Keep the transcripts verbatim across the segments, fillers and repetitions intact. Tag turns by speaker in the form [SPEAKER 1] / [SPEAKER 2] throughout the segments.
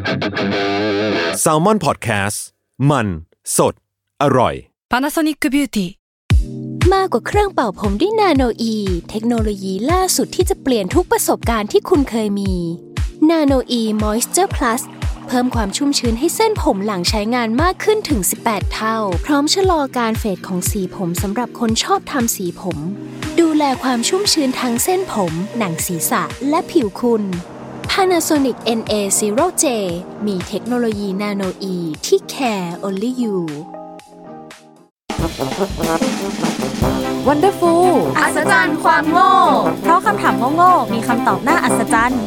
[SPEAKER 1] Salmon Podcast มันสดอร่อย
[SPEAKER 2] Panasonic Beauty
[SPEAKER 3] มากกว่าเครื่องเป่าผมด้วยนาโนอีเทคโนโลยีล่าสุดที่จะเปลี่ยนทุกประสบการณ์ที่คุณเคยมีนาโนอีมอยส์เจอร์พลัสเพิ่มความชุ่มชื้นให้เส้นผมหลังใช้งานมากขึ้นถึงสิบแปดเท่าพร้อมชะลอการเฟดของสีผมสำหรับคนชอบทำสีผมดูแลความชุ่มชื้นทั้งเส้นผมหนังศีรษะและผิวคุณ Panasonic เอ็น เอ ศูนย์ เจ มีเทคโนโลยีนาโนอีที่ care only you
[SPEAKER 4] Wonderful
[SPEAKER 2] อัศจรรย์ความโง่เพราะคำถามโง่ๆมีคำตอบน่าอัศจรรย์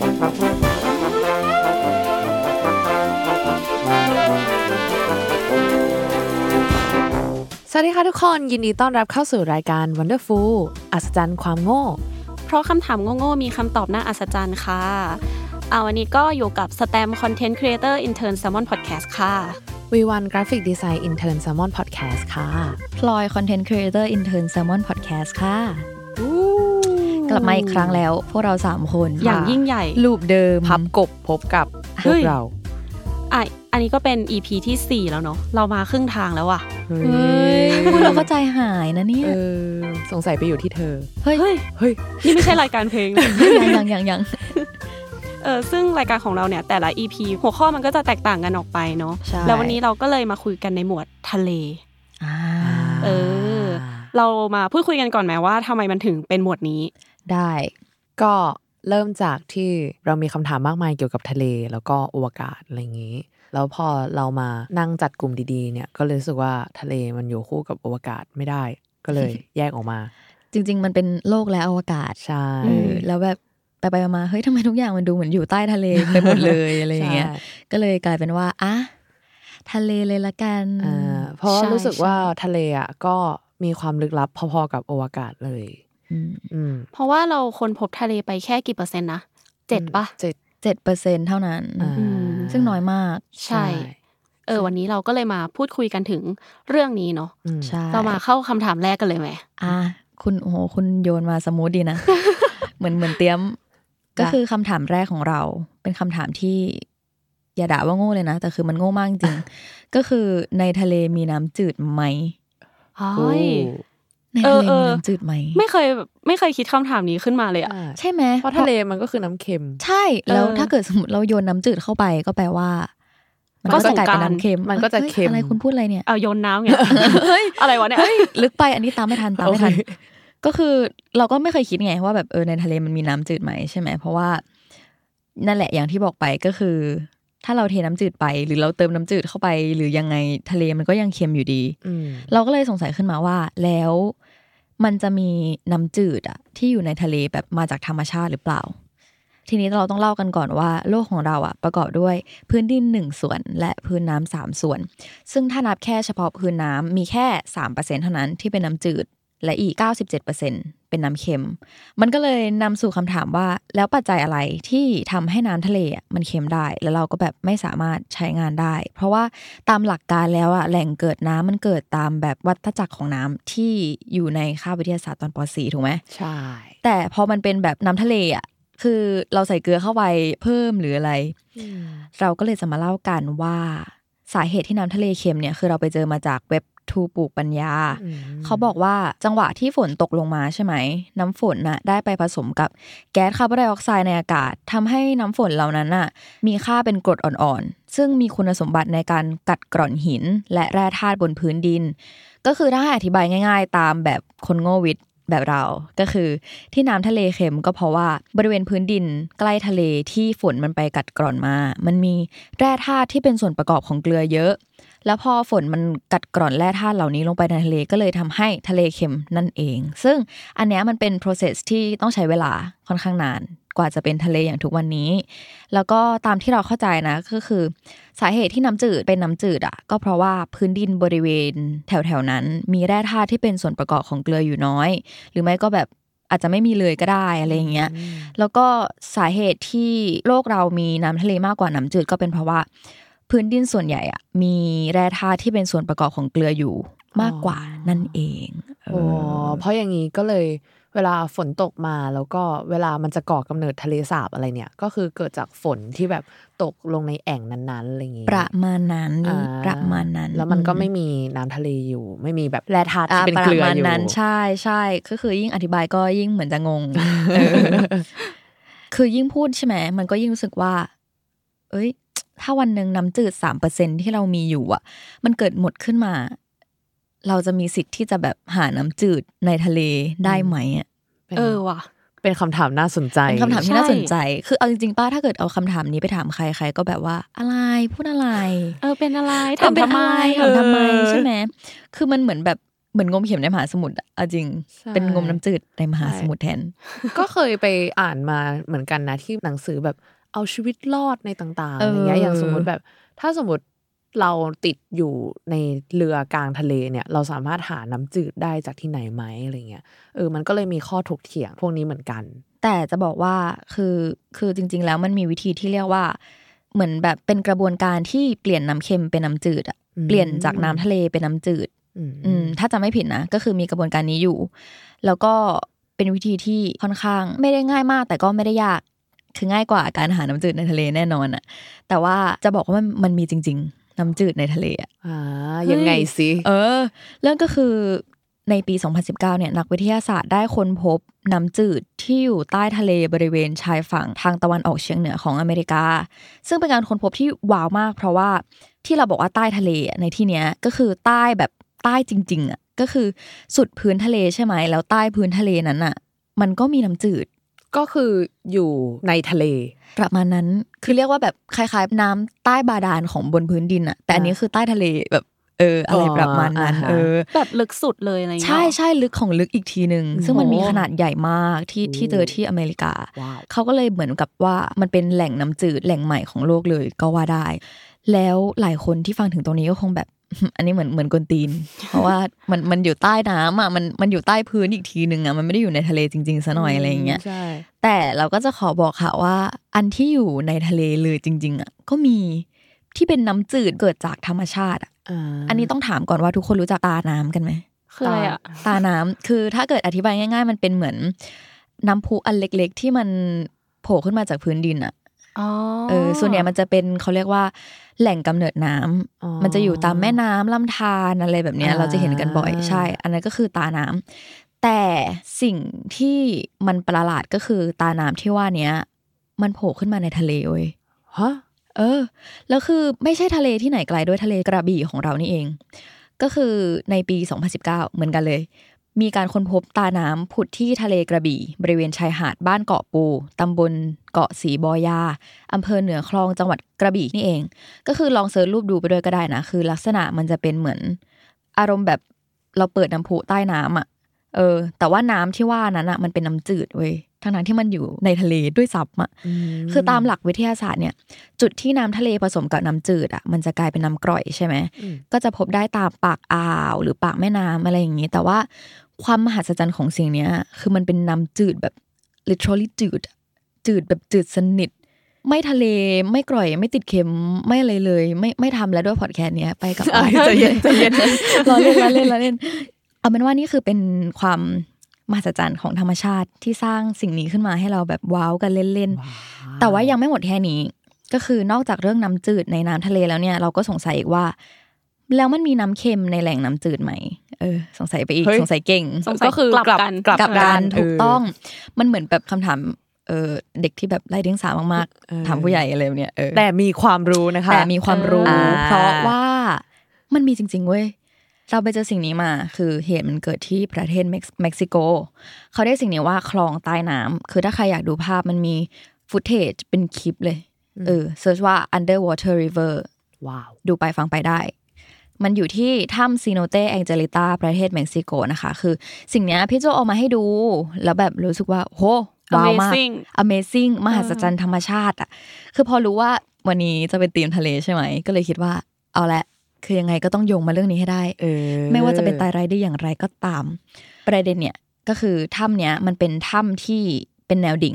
[SPEAKER 4] สวัสดีค่ะทุกคนยินดีต้อนรับเข้าสู่รายการ Wonderful อัศจรรย์ความโง่
[SPEAKER 5] เพราะคำถามโง่ๆมีคำตอบน่าอัศจรรย์ค่ะเอาวันนี้ก็อยู่กับ Stem Content Creator Intern Salmon Podcast ค่ะ
[SPEAKER 4] วี วัน Graphic Design Intern Salmon Podcast ค่ะ
[SPEAKER 6] พลอย Content Creator Intern Salmon Podcast ค่ะกลับมาอีกครั้งแล้วพวกเราสามคน
[SPEAKER 5] อย่างยิ่งใหญ่
[SPEAKER 6] รูปเดิม
[SPEAKER 4] พับกบพบกับพวกเรา
[SPEAKER 5] อ่ะอันนี้ก็เป็น อี พี ที่สี่แล้วเนาะเรามาครึ่งทางแล้วอ่ะ
[SPEAKER 6] เฮ้ยเราก็ใจหายนะเนี่ย
[SPEAKER 4] เออสงสัยไปอยู่ที่เธอ
[SPEAKER 5] เฮ้ยเฮ้ยนี่ไม่ใช่รายการเพลง
[SPEAKER 6] ยังยังยัง
[SPEAKER 5] เออซึ่งรายการของเราเนี่ยแต่ละ อี พี หัวข้อมันก็จะแตกต่างกันออกไปเนาะแล้ววันนี้เราก็เลยมาคุยกันในหมวดทะเล
[SPEAKER 6] อ่า
[SPEAKER 5] เออเรามาพูดคุยกันก่อนไหมว่าทำไมมันถึงเป็นหมวดนี้
[SPEAKER 4] ได้ก็เริ่มจากที่เรามีคำถามมากมายเกี่ยวกับทะเลแล้วก็อวกาศอะไรอย่างนี้แล้วพอเรามานั่งจัดกลุ่มดีๆเนี่ยก็เลยรู้สึกว่าทะเลมันอยู่คู่กับอวกาศไม่ได้ก็เลยแยกออกมา
[SPEAKER 6] จริงๆมันเป็นโลกและอวกาศ
[SPEAKER 4] ใช่
[SPEAKER 6] แล้วแบบไปไปมาเฮ้ยทำไมทุกอย่างมันดูเหมือนอยู่ใต้ทะเลไปหมดเลยอะไรอย่างเงี้ยก็เลยกลายเป็นว่าอ่ะทะเลเลยละกัน
[SPEAKER 4] อ่าเพราะรู้สึกว่าทะเลอ่ะก็มีความลึกลับพอๆกับอวกาศเลย
[SPEAKER 5] อืมเพราะว่าเราค้นพบทะเลไปแค่กี่เปอร์เซ็นต์นะเจ็ดป่ะ
[SPEAKER 6] เจ็ดเจ็ดเปอร์เซ็นต์เท่านั้นซึ่งน้อยมาก
[SPEAKER 5] ใช่เออวันนี้เราก็เลยมาพูดคุยกันถึงเรื่องนี้เนาะเรามาเข้าคำถามแรกกันเลยไหม
[SPEAKER 6] อ่ะคุณโอ้โหคุณโยนมาสมูทดีนะเหมือนเหมือนเตรียมก็คือคำถามแรกของเราเป็นคำถามที่อย่าด่าว่าโง่เลยนะแต่คือมันโง่มากจริงก็คือในทะเลมีน้ำจืดไหม
[SPEAKER 5] เฮ้ย
[SPEAKER 6] ในทะเลมีน้ำจืดไหม
[SPEAKER 5] ไม่เคยไม่เคยคิดคำถามนี้ขึ้นมาเลยอ่ะ
[SPEAKER 6] ใช่ไหม
[SPEAKER 4] เพราะทะเลมันก็คือน้ำเค็ม
[SPEAKER 6] ใช่แล้วถ้าเกิดสมมติเราโยนน้ำจืดเข้าไปก็แปลว่ามันก็จะกลายเป็นน้ำเค็ม
[SPEAKER 4] มันก็จะเค็ม
[SPEAKER 6] อะไรคุณพูดอะไรเนี่ย
[SPEAKER 5] เอาโยนน้ำเนี่ยอะไรวะเนี่ย
[SPEAKER 6] ลึกไปอันนี้ตามไม่ทันตามไม่ทันก็คือเราก็ไม่เคยคิดไงว่าแบบเออในทะเลมันมีน้ำจืดไหมใช่ไหมเพราะว่านั่นแหละอย่างที่บอกไปก็คือถ้าเราเทน้ำจืดไปหรือเราเติมน้ำจืดเข้าไปหรือยังไงทะเลมันก็ยังเค็มอยู่ดีเราก็เลยสงสัยขึ้นมาว่าแล้วมันจะมีน้ำจืดอะที่อยู่ในทะเลแบบมาจากธรรมชาติหรือเปล่าทีนี้เราต้องเล่ากันก่อนว่าโลกของเราอะประกอบด้วยพื้นดินหนึ่งส่วนและพื้นน้ำสามส่วนซึ่งถ้านับแค่เฉพาะพื้นน้ำมีแค่ สามเปอร์เซ็นต์ เท่านั้นที่เป็นน้ำจืดและอีก เก้าสิบเจ็ดเปอร์เซ็นต์ เป็นน้ำเค็มมันก็เลยนำสู่คำถามว่าแล้วปัจจัยอะไรที่ทำให้น้ำทะเลอ่ะมันเค็มได้แล้วเราก็แบบไม่สามารถใช้งานได้เพราะว่าตามหลักการแล้วอ่ะแหล่งเกิดน้ำมันเกิดตามแบบวัฏจักรของน้ำที่อยู่ในคาบวิทยาศาสตร์ตอนป.สี่ ถูกไหม
[SPEAKER 4] ใช่
[SPEAKER 6] แต่พอมันเป็นแบบน้ำทะเลอ่ะคือเราใส่เกลือเข้าไปเพิ่มหรืออะไรเราก็เลยจะมาเล่ากันว่าสาเหตุที่น้ำทะเลเค็มเนี่ยคือเราไปเจอมาจากเว็บทูปลูกปัญญาเขาบอกว่าจังหวะที่ฝนตกลงมาใช่ไหมน้ำฝนน่ะได้ไปผสมกับแก๊สคาร์บอนไดออกไซด์ในอากาศทำให้น้ำฝนเหล่านั้นน่ะมีค่าเป็นกรดอ่อนๆซึ่งมีคุณสมบัติในการกัดกร่อนหินและแร่ธาตุบนพื้นดินก็คือถ้าให้อธิบายง่ายๆตามแบบคนโง่วิทย์แบบเราก็คือที่น้ำทะเลเค็มก็เพราะว่าบริเวณพื้นดินใกล้ทะเลที่ฝนมันไปกัดกร่อนมามันมีแร่ธาตุที่เป็นส่วนประกอบของเกลือเยอะแล้วพอฝนมันกัดกร่อนแร่ธาตุเหล่านี้ลงไปในทะเลก็เลยทำให้ทะเลเค็มนั่นเองซึ่งอันนี้มันเป็น process ที่ต้องใช้เวลาค่อนข้างนานกว่าจะเป็นทะเลอย่างทุกวันนี้แล้วก็ตามที่เราเข้าใจนะก็คือสาเหตุที่น้ำจืดเป็นน้ำจืดอ่ะก็เพราะว่าพื้นดินบริเวณแถวๆนั้นมีแร่ธาตุที่เป็นส่วนประกอบของเกลืออยู่น้อยหรือไม่ก็แบบอาจจะไม่มีเลยก็ได้อะไรอย่างเงี้ยแล้วก็สาเหตุที่โลกเรามีน้ำทะเลมากกว่าน้ำจืดก็เป็นเพราะว่าพื้นดินส่วนใหญ่อ่ะมีแร่ธาตุที่เป็นส่วนประกอบของเกลืออยู่มากกว่านั่นเอง
[SPEAKER 4] อ๋อเพราะอย่างนี้ก็เลยเวลาฝนตกมาแล้วก็เวลามันจะก่อกำเนิดทะเลสาบอะไรเนี่ยก็คือเกิดจากฝนที่แบบตกลงในแอ่งนั้นๆอะไรอย่างงี้
[SPEAKER 6] ประมาณนั้นประมาณนั้น
[SPEAKER 4] แล้วมันก็ไม่มีน้ำทะเลอยู่ไม่มีแบบแร่ธาตุที่เป็นเกลืออยู่
[SPEAKER 6] ใช่ใช่ก็คือยิ่งอธิบายก็ยิ่งเหมือนจะงง คือยิ่งพูดใช่ไหมมันก็ยิ่งรู้สึกว่าเอ้ยถ้าวันนึงน้ำจืด สามเปอร์เซ็นต์ ที่เรามีอยู่อ่ะมันเกิดหมดขึ้นมาเราจะมีสิทธิ์ที่จะแบบหาน้ำจืดในทะเลได้ไหมอ่ะ
[SPEAKER 5] เออว่ะ
[SPEAKER 4] เป็นคำถามน่าสนใจ
[SPEAKER 6] เป็นคำถามที่น่าสนใจคือเอาจริงๆป้าถ้าเกิดเอาคำถามนี้ไปถามใครใครก็แบบว่าอะไรพูดอะไร
[SPEAKER 5] เออเป็นอะไรถามทำไม
[SPEAKER 6] ถามทำไมใช่ไหมคือมันเหมือนแบบเหมือนงมเข็มในมหาสมุทรอ่ะจริงเป็นงมน้ำจืดในมหาสมุทรแทน
[SPEAKER 4] ก็เคยไปอ่านมาเหมือนกันนะที่หนังสือแบบเอาชีวิตรอดในต่างๆอะไรเงี้ยอย่างสมมติแบบถ้าสมมติเราติดอยู่ในเรือกลางทะเลเนี่ยเราสามารถหาน้ำจืดได้จากที่ไหนไหมอะไรเงี้ยเออมันก็เลยมีข้อถกเถียงพวกนี้เหมือนกัน
[SPEAKER 6] แต่จะบอกว่าคือคือจริงๆแล้วมันมีวิธีที่เรียกว่าเหมือนแบบเป็นกระบวนการที่เปลี่ยนน้ำเค็มเป็นน้ำจืดอ่ะเปลี่ยนจากน้ำทะเลเป็นน้ำจืดอืมถ้าจำไม่ผิดนะก็คือมีกระบวนการนี้อยู่แล้วก็เป็นวิธีที่ค่อนข้างไม่ได้ง่ายมากแต่ก็ไม่ได้ยากคือง่ายกว่าการหาน้ำจืดในทะเลแน่นอนอ่ะแต่ว่าจะบอกว่ามันมันมีจริงๆน้ำจืดในทะเลอ่ะ
[SPEAKER 4] อ่ายังไงสิ
[SPEAKER 6] เออเรื่องก็คือในปีสองพันสิบเก้าเนี่ยนักวิทยาศาสตร์ได้ค้นพบน้ำจืดที่อยู่ใต้ทะเลบริเวณชายฝั่งทางตะวันออกเฉียงเหนือของอเมริกาซึ่งเป็นการค้นพบที่ว้าวมากเพราะว่าที่เราบอกว่าใต้ทะเลในที่เนี้ยก็คือใต้แบบใต้จริงๆอ่ะก็คือสุดพื้นทะเลใช่ไหมแล้วใต้พื้นทะเลนั้นอ่ะมันก็มีน้ำจืด
[SPEAKER 4] ก็คืออยู่ในทะเล
[SPEAKER 6] ประมาณนั้นคือเรียกว่าแบบคล้ายๆน้ำใต้บาดาลของบนพื้นดินอ่ะแต่อันนี้คือใต้ทะเลแบบเอออะไรประมาณนั้นเออ
[SPEAKER 5] แบบลึกสุดเลยอะไรเงี้ย
[SPEAKER 6] ใช่ใช่ลึกของลึกอีกทีนึงซึ่งมันมีขนาดใหญ่มากที่ที่เจอที่อเมริกาเขาก็เลยเหมือนกับว่ามันเป็นแหล่งน้ำจืดแหล่งใหม่ของโลกเลยก็ว่าได้แล้วหลายคนที่ฟังถึงตรงนี้ก็คงแบบอันนี้เหมือนเหมือนกวนตีนเพราะว่ามันมันอยู่ใต้น้ำอ่ะมันมันอยู่ใต้พื้นอีกทีนึงอ่ะมันไม่ได้อยู่ในทะเลจริงๆซะหน่อยอะไรอย่างเงี้ยแต่เราก็จะขอบอกค่ะว่าอันที่อยู่ในทะเลเลยจริงๆอ่ะก็มีที่เป็นน้ำจืดเกิดจากธรรมชาติอ่ะอันนี้ต้องถามก่อนว่าทุกคนรู้จักตาน้ำกันไหม
[SPEAKER 5] คืออะไรอ่ะ
[SPEAKER 6] ตาน้ำคือถ้าเกิดอธิบายง่ายๆมันเป็นเหมือนน้ำพุอันเล็กๆที่มันโผล่ขึ้นมาจากพื้นดินอ่ะเออส่วนใหญ่มันจะเป็นเขาเรียกว่าแหล่งกำเนิดน้ำมันจะอยู่ตามแม่น้ำลำธารอะไรแบบนี้เราจะเห็นกันบ่อยใช่อันนั้นก็คือตาน้ำแต่สิ่งที่มันประหลาดก็คือตาน้ำที่ว่านี้มันโผล่ขึ้นมาในทะเลเว้ย
[SPEAKER 4] ฮะ
[SPEAKER 6] เออแล้วคือไม่ใช่ทะเลที่ไหนไกลด้วยทะเลกระบี่ของเรานี่เองก็คือในปีสองพันสิบเก้าเหมือนกันเลยมีการค้นพบตาน้ำผุดที่ทะเลกระบี่บริเวณชายหาดบ้านเกาะปูตำบลเกาะสีบอยาอำเภอเหนือคลองจังหวัดกระบี่นี่เองก็คือลองเสิร์ชรูปดูไปด้วยก็ได้นะคือลักษณะมันจะเป็นเหมือนอารมณ์แบบเราเปิดน้ำพุใต้น้ำอ่ะเออแต่ว่าน้ำที่ว่านั้นอ่ะมันเป็นน้ำจืดเว้ยทั้งนั้นที่มันอยู่ในทะเลด้วยซ้ำอ่ะคือตามหลักวิทยาศาสตร์เนี่ยจุดที่น้ำทะเลผสมกับน้ำจืดอ่ะมันจะกลายเป็นน้ำกร่อยใช่ไหมก็จะพบได้ตามปากอ่าวหรือปากแม่น้ำอะไรอย่างนี้แต่ว่าความมหัศจรรย์ของสิ่งนี้คือมันเป็นน้ำจืดแบบ literally จืดจืดแบบจืดสนิทไม่ทะเลไม่กร่อยไม่ติดเค็มไม่อะไรเลยไม่ไม่ทำแล้วด้วยพอดแคสต์เนี้ยไปกับไปใจเย็นใจเย็นรอเล่นรอเล่นรอเล่นเอาเป็นว่านี่คือเป็นความมหัศจรรย์ของธรรมชาติที่สร้างสิ่งนี้ขึ้นมาให้เราแบบว้าวกันเล่นๆแต่ว่ายังไม่หมดแค่นี้ก็คือนอกจากเรื่องน้ำจืดในน้ำทะเลแล้วเนี่ยเราก็สงสัยอีกว่าแล้วมันมีน้ำเค็มในแหล่งน้ำจืดไหมเออสงสัยไปอีกสงสัยเก่ง
[SPEAKER 5] ก็คือกลับกัน
[SPEAKER 6] กลับกันถูกต้องมันเหมือนแบบคำถามเออเด็กที่แบบไร้เดียงสามากๆถามผู้ใหญ่อะไรเนี่ยเออ
[SPEAKER 4] แต่มีความรู้นะคะ
[SPEAKER 6] แต่มีความรู้เพราะว่ามันมีจริงๆเว้ยเราไปเจอสิ่งนี้มาคือเหตุมันเกิดที่ประเทศเม็กซิโกเขาได้สิ่งนี้ว่าคลองใต้น้ำคือถ้าใครอยากดูภาพมันมีฟุตเทจเป็นคลิปเลยเออเซิร์ชว่า underwater river
[SPEAKER 4] ว้าว
[SPEAKER 6] ดูไปฟังไปได้มันอยู่ที่ถ้ำซีโนเตแองเจลิตาประเทศเม็กซิโกนะคะคือสิ่งนี้พี่โจเอามาให้ดูแล้วแบบรู้สึกว่าโหว้าวมาก Amazing มหัศจรรย์ธรรมชาติอ่ะคือพอรู้ว่าวันนี้จะเป็นธีมทะเลใช่ไหมก็เลยคิดว่าเอาละคือยังไงก็ต้องโยงมาเรื่องนี้ให้ได้เออไม่ว่าจะเป็นตายร้ายได้อย่างไรก็ตามประเด็นเนี่ยก็คือถ้ำเนี้ยมันเป็นถ้ำที่เป็นแนวดิ่ง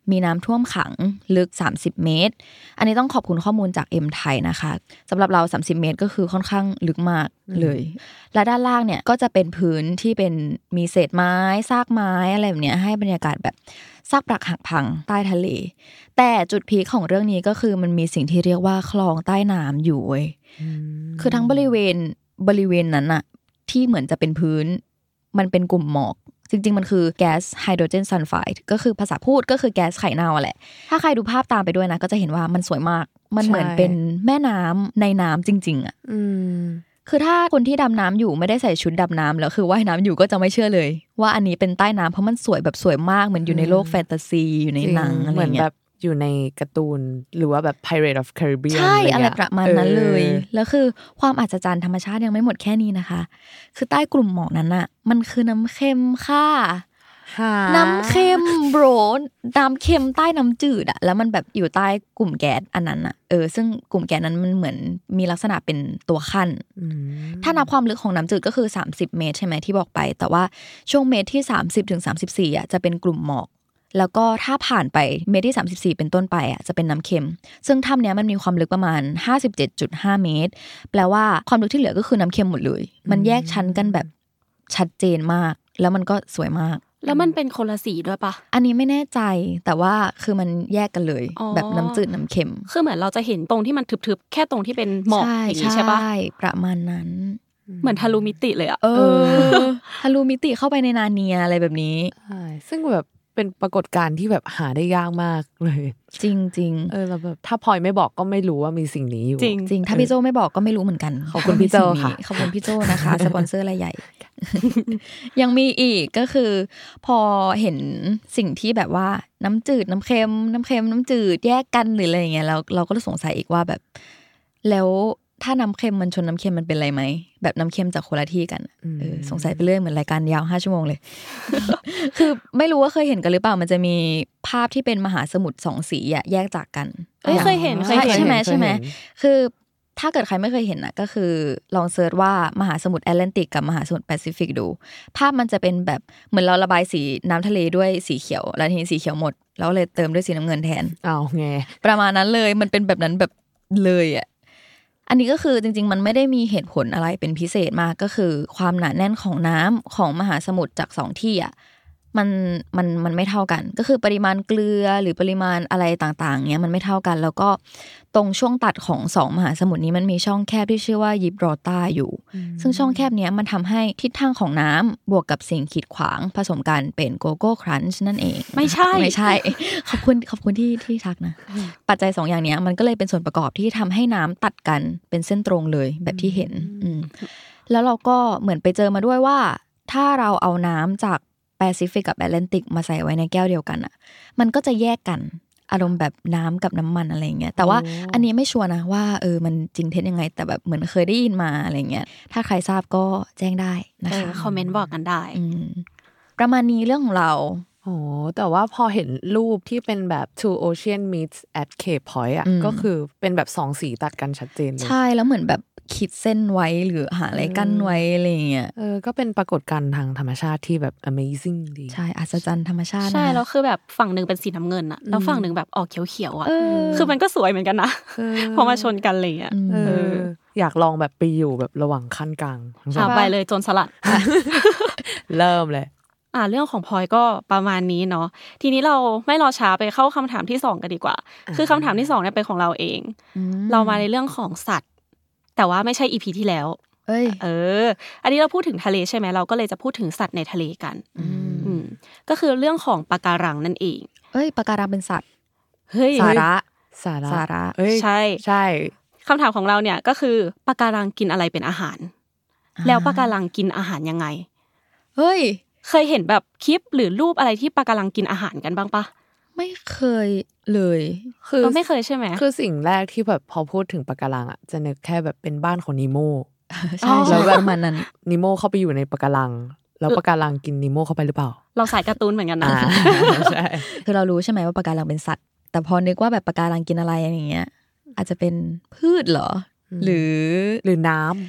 [SPEAKER 6] มีน้ำท่วมขังลึกสามสิบเมตรอันนี้ต้องขอบคุณข้อมูลจาก M ไทยนะคะสำหรับเราสามสิบเมตรก็คือค่อนข้างลึกมากเลยและด้านล่างเนี่ยก็จะเป็นพื้นที่เป็นมีเศษไม้ซากไม้อะไรแบบเนี้ยให้บรรยากาศแบบซากปรักหักพังใต้ทะเลแต่จุดพีคของเรื่องนี้ก็คือมันมีสิ่งที่เรียกว่าคลองใต้น้ำอยู่เว้ยคือทั้งบริเวณบริเวณนั้นอะที่เหมือนจะเป็นพื้นมันเป็นกลุ่มหมอกจริงๆมันคือแก๊สไฮโดรเจนซัลไฟด์ก็คือภาษาพูดก็คือแก๊สไข่เน่าแหละถ้าใครดูภาพตามไปด้วยนะก็จะเห็นว่ามันสวยมากมันเหมือนเป็นแม่น้ำในน้ำจริงๆอ่ะคือถ้าคนที่ดำน้ำอยู่ไม่ได้ใส่ชุดดำน้ำแล้วคือว่ายน้ำอยู่ก็จะไม่เชื่อเลยว่าอันนี้เป็นใต้น้ำเพราะมันสวยแบบสวยมากเหมือนอยู่ในโลกแฟนตาซีอยู่ในหนังอะไรเงี้ย
[SPEAKER 4] อยู่ในการ์ตูนหรือว่าแบบ Pirate of Caribbean
[SPEAKER 6] ใช่อะไรประมาณนั้นเลยแล้วคือความอัศจรรย์ธรรมชาติยังไม่หมดแค่นี้นะคะคือใต้กลุ่มหมอกนั้นน่ะมันคือน้ำเค็มค่ะน้ำเค็มโบรน้ำเค็มใต้น้ำจืดอะแล้วมันแบบอยู่ใต้กลุ่มแก๊สอันนั้นอะเออซึ่งกลุ่มแก๊สนั้นมันเหมือนมีลักษณะเป็นตัวขั้นถ้านับความลึกของน้ำจืดก็คือสามสิบเมตรใช่ไหมที่บอกไปแต่ว่าช่วงเมตรที่สามสิบถึงสามสิบสี่อะจะเป็นกลุ่มหมอกแล้วก็ถ้าผ่านไปเมตรที่สามสิบสี่เป็นต้นไปอ่ะจะเป็นน้ำเค็มซึ่งถ้ำเนี้ยมันมีความลึกประมาณ ห้าสิบเจ็ดจุดห้า เมตรแปลว่าความลึกที่เหลือก็คือน้ำเค็มหมดเลยมันแยกชั้นกันแบบชัดเจนมากแล้วมันก็สวยมาก
[SPEAKER 5] แล้วมันเป็นคนละสีด้วยปะ
[SPEAKER 6] อันนี้ไม่แน่ใจแต่ว่าคือมันแยกกันเลยแบบน้ำจืดน้ำเค็ม
[SPEAKER 5] คือเหมือนเราจะเห็นตรงที่มันทึบๆแค่ตรงที่เป็นหมอกอย่างนี้ใช่ปะ
[SPEAKER 6] ใช่ประมาณนั้น
[SPEAKER 5] เหมือนทะลุมิติเลยอ่ะ
[SPEAKER 6] เออทะลุมิติเข้าไปในนาเนียอะไรแบบนี้
[SPEAKER 4] ใช่ซึ่งแบบเป็นปรากฏการณ์ที่แบบหาได้ยากมากเลย
[SPEAKER 6] จริงๆ
[SPEAKER 4] เออแล้วแบบถ้าพลอยไม่บอกก็ไม่รู้ว่ามีสิ่งนี้อยู่
[SPEAKER 6] จริงๆถ้าพี่โจไม่บอกก็ไม่รู้เหมือนกัน
[SPEAKER 4] ขอบคุณพี่โจค่ะ
[SPEAKER 6] ขอบคุณพี่โจนะคะสปอนเซอร์รายใหญ่ ยังมีอีกก็คือพอเห็นสิ่งที่แบบว่าน้ำจืดน้ำเค็มน้ำเค็มน้ำจืดแยกกันหรืออะไรอย่างเงี้ยแล้วเราก็สงสัยอีกว่าแบบแล้วถ้าน้ำเค็มมันชนน้ำเค็มมันเป็นอะไรไหมแบบน้ำเค็มจากคนละที่กันเออสงสัยไปเรื่อยเหมือนรายการยาวห้าชั่วโมงเลย คือไม่รู้ว่าเคยเห็นกันหรือเปล่ามันจะมีภาพที่เป็นมหาสมุทรสองสีอ่ะแยกจากกัน
[SPEAKER 5] เอ้ยเคยเห็นเคยเห็น
[SPEAKER 6] ใช่ไหมใช่ไหมคือถ้าเกิดใครไม่เคยเห็นนะก็คือลองเซิร์ชว่ามหาสมุทรแอตแลนติกกับมหาสมุทรแปซิฟิกดูภาพมันจะเป็นแบบเหมือนเราระบายสีน้ำทะเลด้วยสีเขียวแล้วทีนี้สีเขียวหมดแล้วเลยเติมด้วยสีน้ำเงินแทน
[SPEAKER 4] อ้าวไง
[SPEAKER 6] ประมาณนั้นเลยมันเป็นแบบนั้นแบบเลยอ่ะอันนี้ก็คือจริงๆมันไม่ได้มีเหตุผลอะไรเป็นพิเศษมากก็คือความหนาแน่นของน้ำของมหาสมุทรจากสองที่อ่ะมันมันมันไม่เท่ากันก็คือปริมาณเกลือหรือปริมาณอะไรต่างๆเนี้ยมันไม่เท่ากันแล้วก็ตรงช่วงตัดของสองมหาสมุทรนี้มันมีช่องแคบที่ชื่อว่ายิบรอตาอยู่ซึ่งช่องแคบเนี้ยมันทำให้ทิศทางของน้ำบวกกับสิ่งขีดขวางผสมกันเป็นโกโก้ครันช์นั่นเอง
[SPEAKER 5] ไม่ใช่
[SPEAKER 6] ไม่ใช่ ขอบคุณขอบคุณที่ที่ทักนะปัจจัยสองอย่างเนี้ยมันก็เลยเป็นส่วนประกอบที่ทำให้น้ำตัดกันเป็นเส้นตรงเลยแบบที่เห็นแล้วเราก็เหมือนไปเจอมาด้วยว่าถ้าเราเอาน้ำจากแปซิฟิกกับแอตแลนติกมาใส่ไว้ในแก้วเดียวกันอ่ะมันก็จะแยกกันอารมณ์แบบน้ำกับน้ำมันอะไรเงี้ยแต่ว่าอันนี้ไม่ชัวร์นะว่าเออมันจริงเท็จยังไงแต่แบบเหมือนเคยได้ยินมาอะไรเงี้ยถ้าใครทราบก็แจ้งได้นะคะ
[SPEAKER 5] คอมเมนต์บอกกันได้
[SPEAKER 6] ประมาณนี้เรื่องของเรา
[SPEAKER 4] โอ้แต่ว่าพอเห็นรูปที่เป็นแบบ two ocean meets at Cape Point อ่ะก็คือเป็นแบบสองสีตัดกันชัดเจนเลย
[SPEAKER 6] ใช่แล้วเหมือนแบบขีดเส้นไว้หรือหาอะไรกั้นไว้อะไรเงี้ย
[SPEAKER 4] เออก็เป็นปรากฏการณ์ทางธรรมชาติที่แบบ amazing ดี
[SPEAKER 6] ใช่อัศจรรย์ธรรมชาติ
[SPEAKER 5] ใช่แล้วคือแบบฝั่งนึงเป็นสีน้ำเงินอะแล้วฝั่งนึงแบบออกเขียวๆอะคือมันก็สวยเหมือนกันนะพอมาชนกันอะไรเงี้ย
[SPEAKER 4] เอออยากลองแบบไปอยู่แบบระหว่างขั้นกลาง
[SPEAKER 5] ไปเลยโจรสลัด
[SPEAKER 4] เริ่มเลย
[SPEAKER 5] อ่าเรื่องของพลอยก็ประมาณนี้เนาะทีนี้เราไม่รอช้าไปเข้าคำถามที่สองกันดีกว่าคือคำถามที่สองเนี่ยเป็นของเราเองเรามาในเรื่องของสัตว์แต่ว่าไม่ใช่ อี พี ที่แล้ว
[SPEAKER 6] เอ้ย
[SPEAKER 5] เอออันนี้เราพูดถึงทะเลใช่ไหมเราก็เลยจะพูดถึงสัตว์ในทะเลกันอืมก็คือเรื่องของปะการังนั่นเอง
[SPEAKER 6] เอ้ยปะการังเป็นสัตว์
[SPEAKER 5] เฮ้ย
[SPEAKER 6] สาระ
[SPEAKER 4] สาระ
[SPEAKER 6] สาระ
[SPEAKER 5] ใช่
[SPEAKER 4] ใช่
[SPEAKER 5] คำถามของเราเนี่ยก็คือปะการังกินอะไรเป็นอาหารแล้วปะการังกินอาหารยังไง
[SPEAKER 6] เฮ้ย
[SPEAKER 5] เคยเห็นแบบคลิปหรือรูปอะไรที่ปะการังกินอาหารกันบ้างปะ
[SPEAKER 6] ไม่เคยเลย
[SPEAKER 5] คือไม่เคยใช่ไหม
[SPEAKER 4] คือสิ่งแรกที่แบบพอพูดถึงปะการังอ่ะจะนึกแค่แบบเป็นบ้านของนีโม่
[SPEAKER 6] ใช่แล้วแบบประมาณนั้น
[SPEAKER 4] นีโม่เข้าไปอยู่ในปะการังแล้วปะการังกินนีโม่เข้าไปหรือเปล่า
[SPEAKER 5] เราสายการ์ตูนเหมือนกันนะ
[SPEAKER 4] ใช่
[SPEAKER 6] คือเรารู้ใช่ไหมว่าปะการังเป็นสัตว์แต่พอนึกว่าแบบปะการังกินอะไรอย่างเงี้ยอาจจะเป็นพืชเหรอหรือ
[SPEAKER 4] หรือน้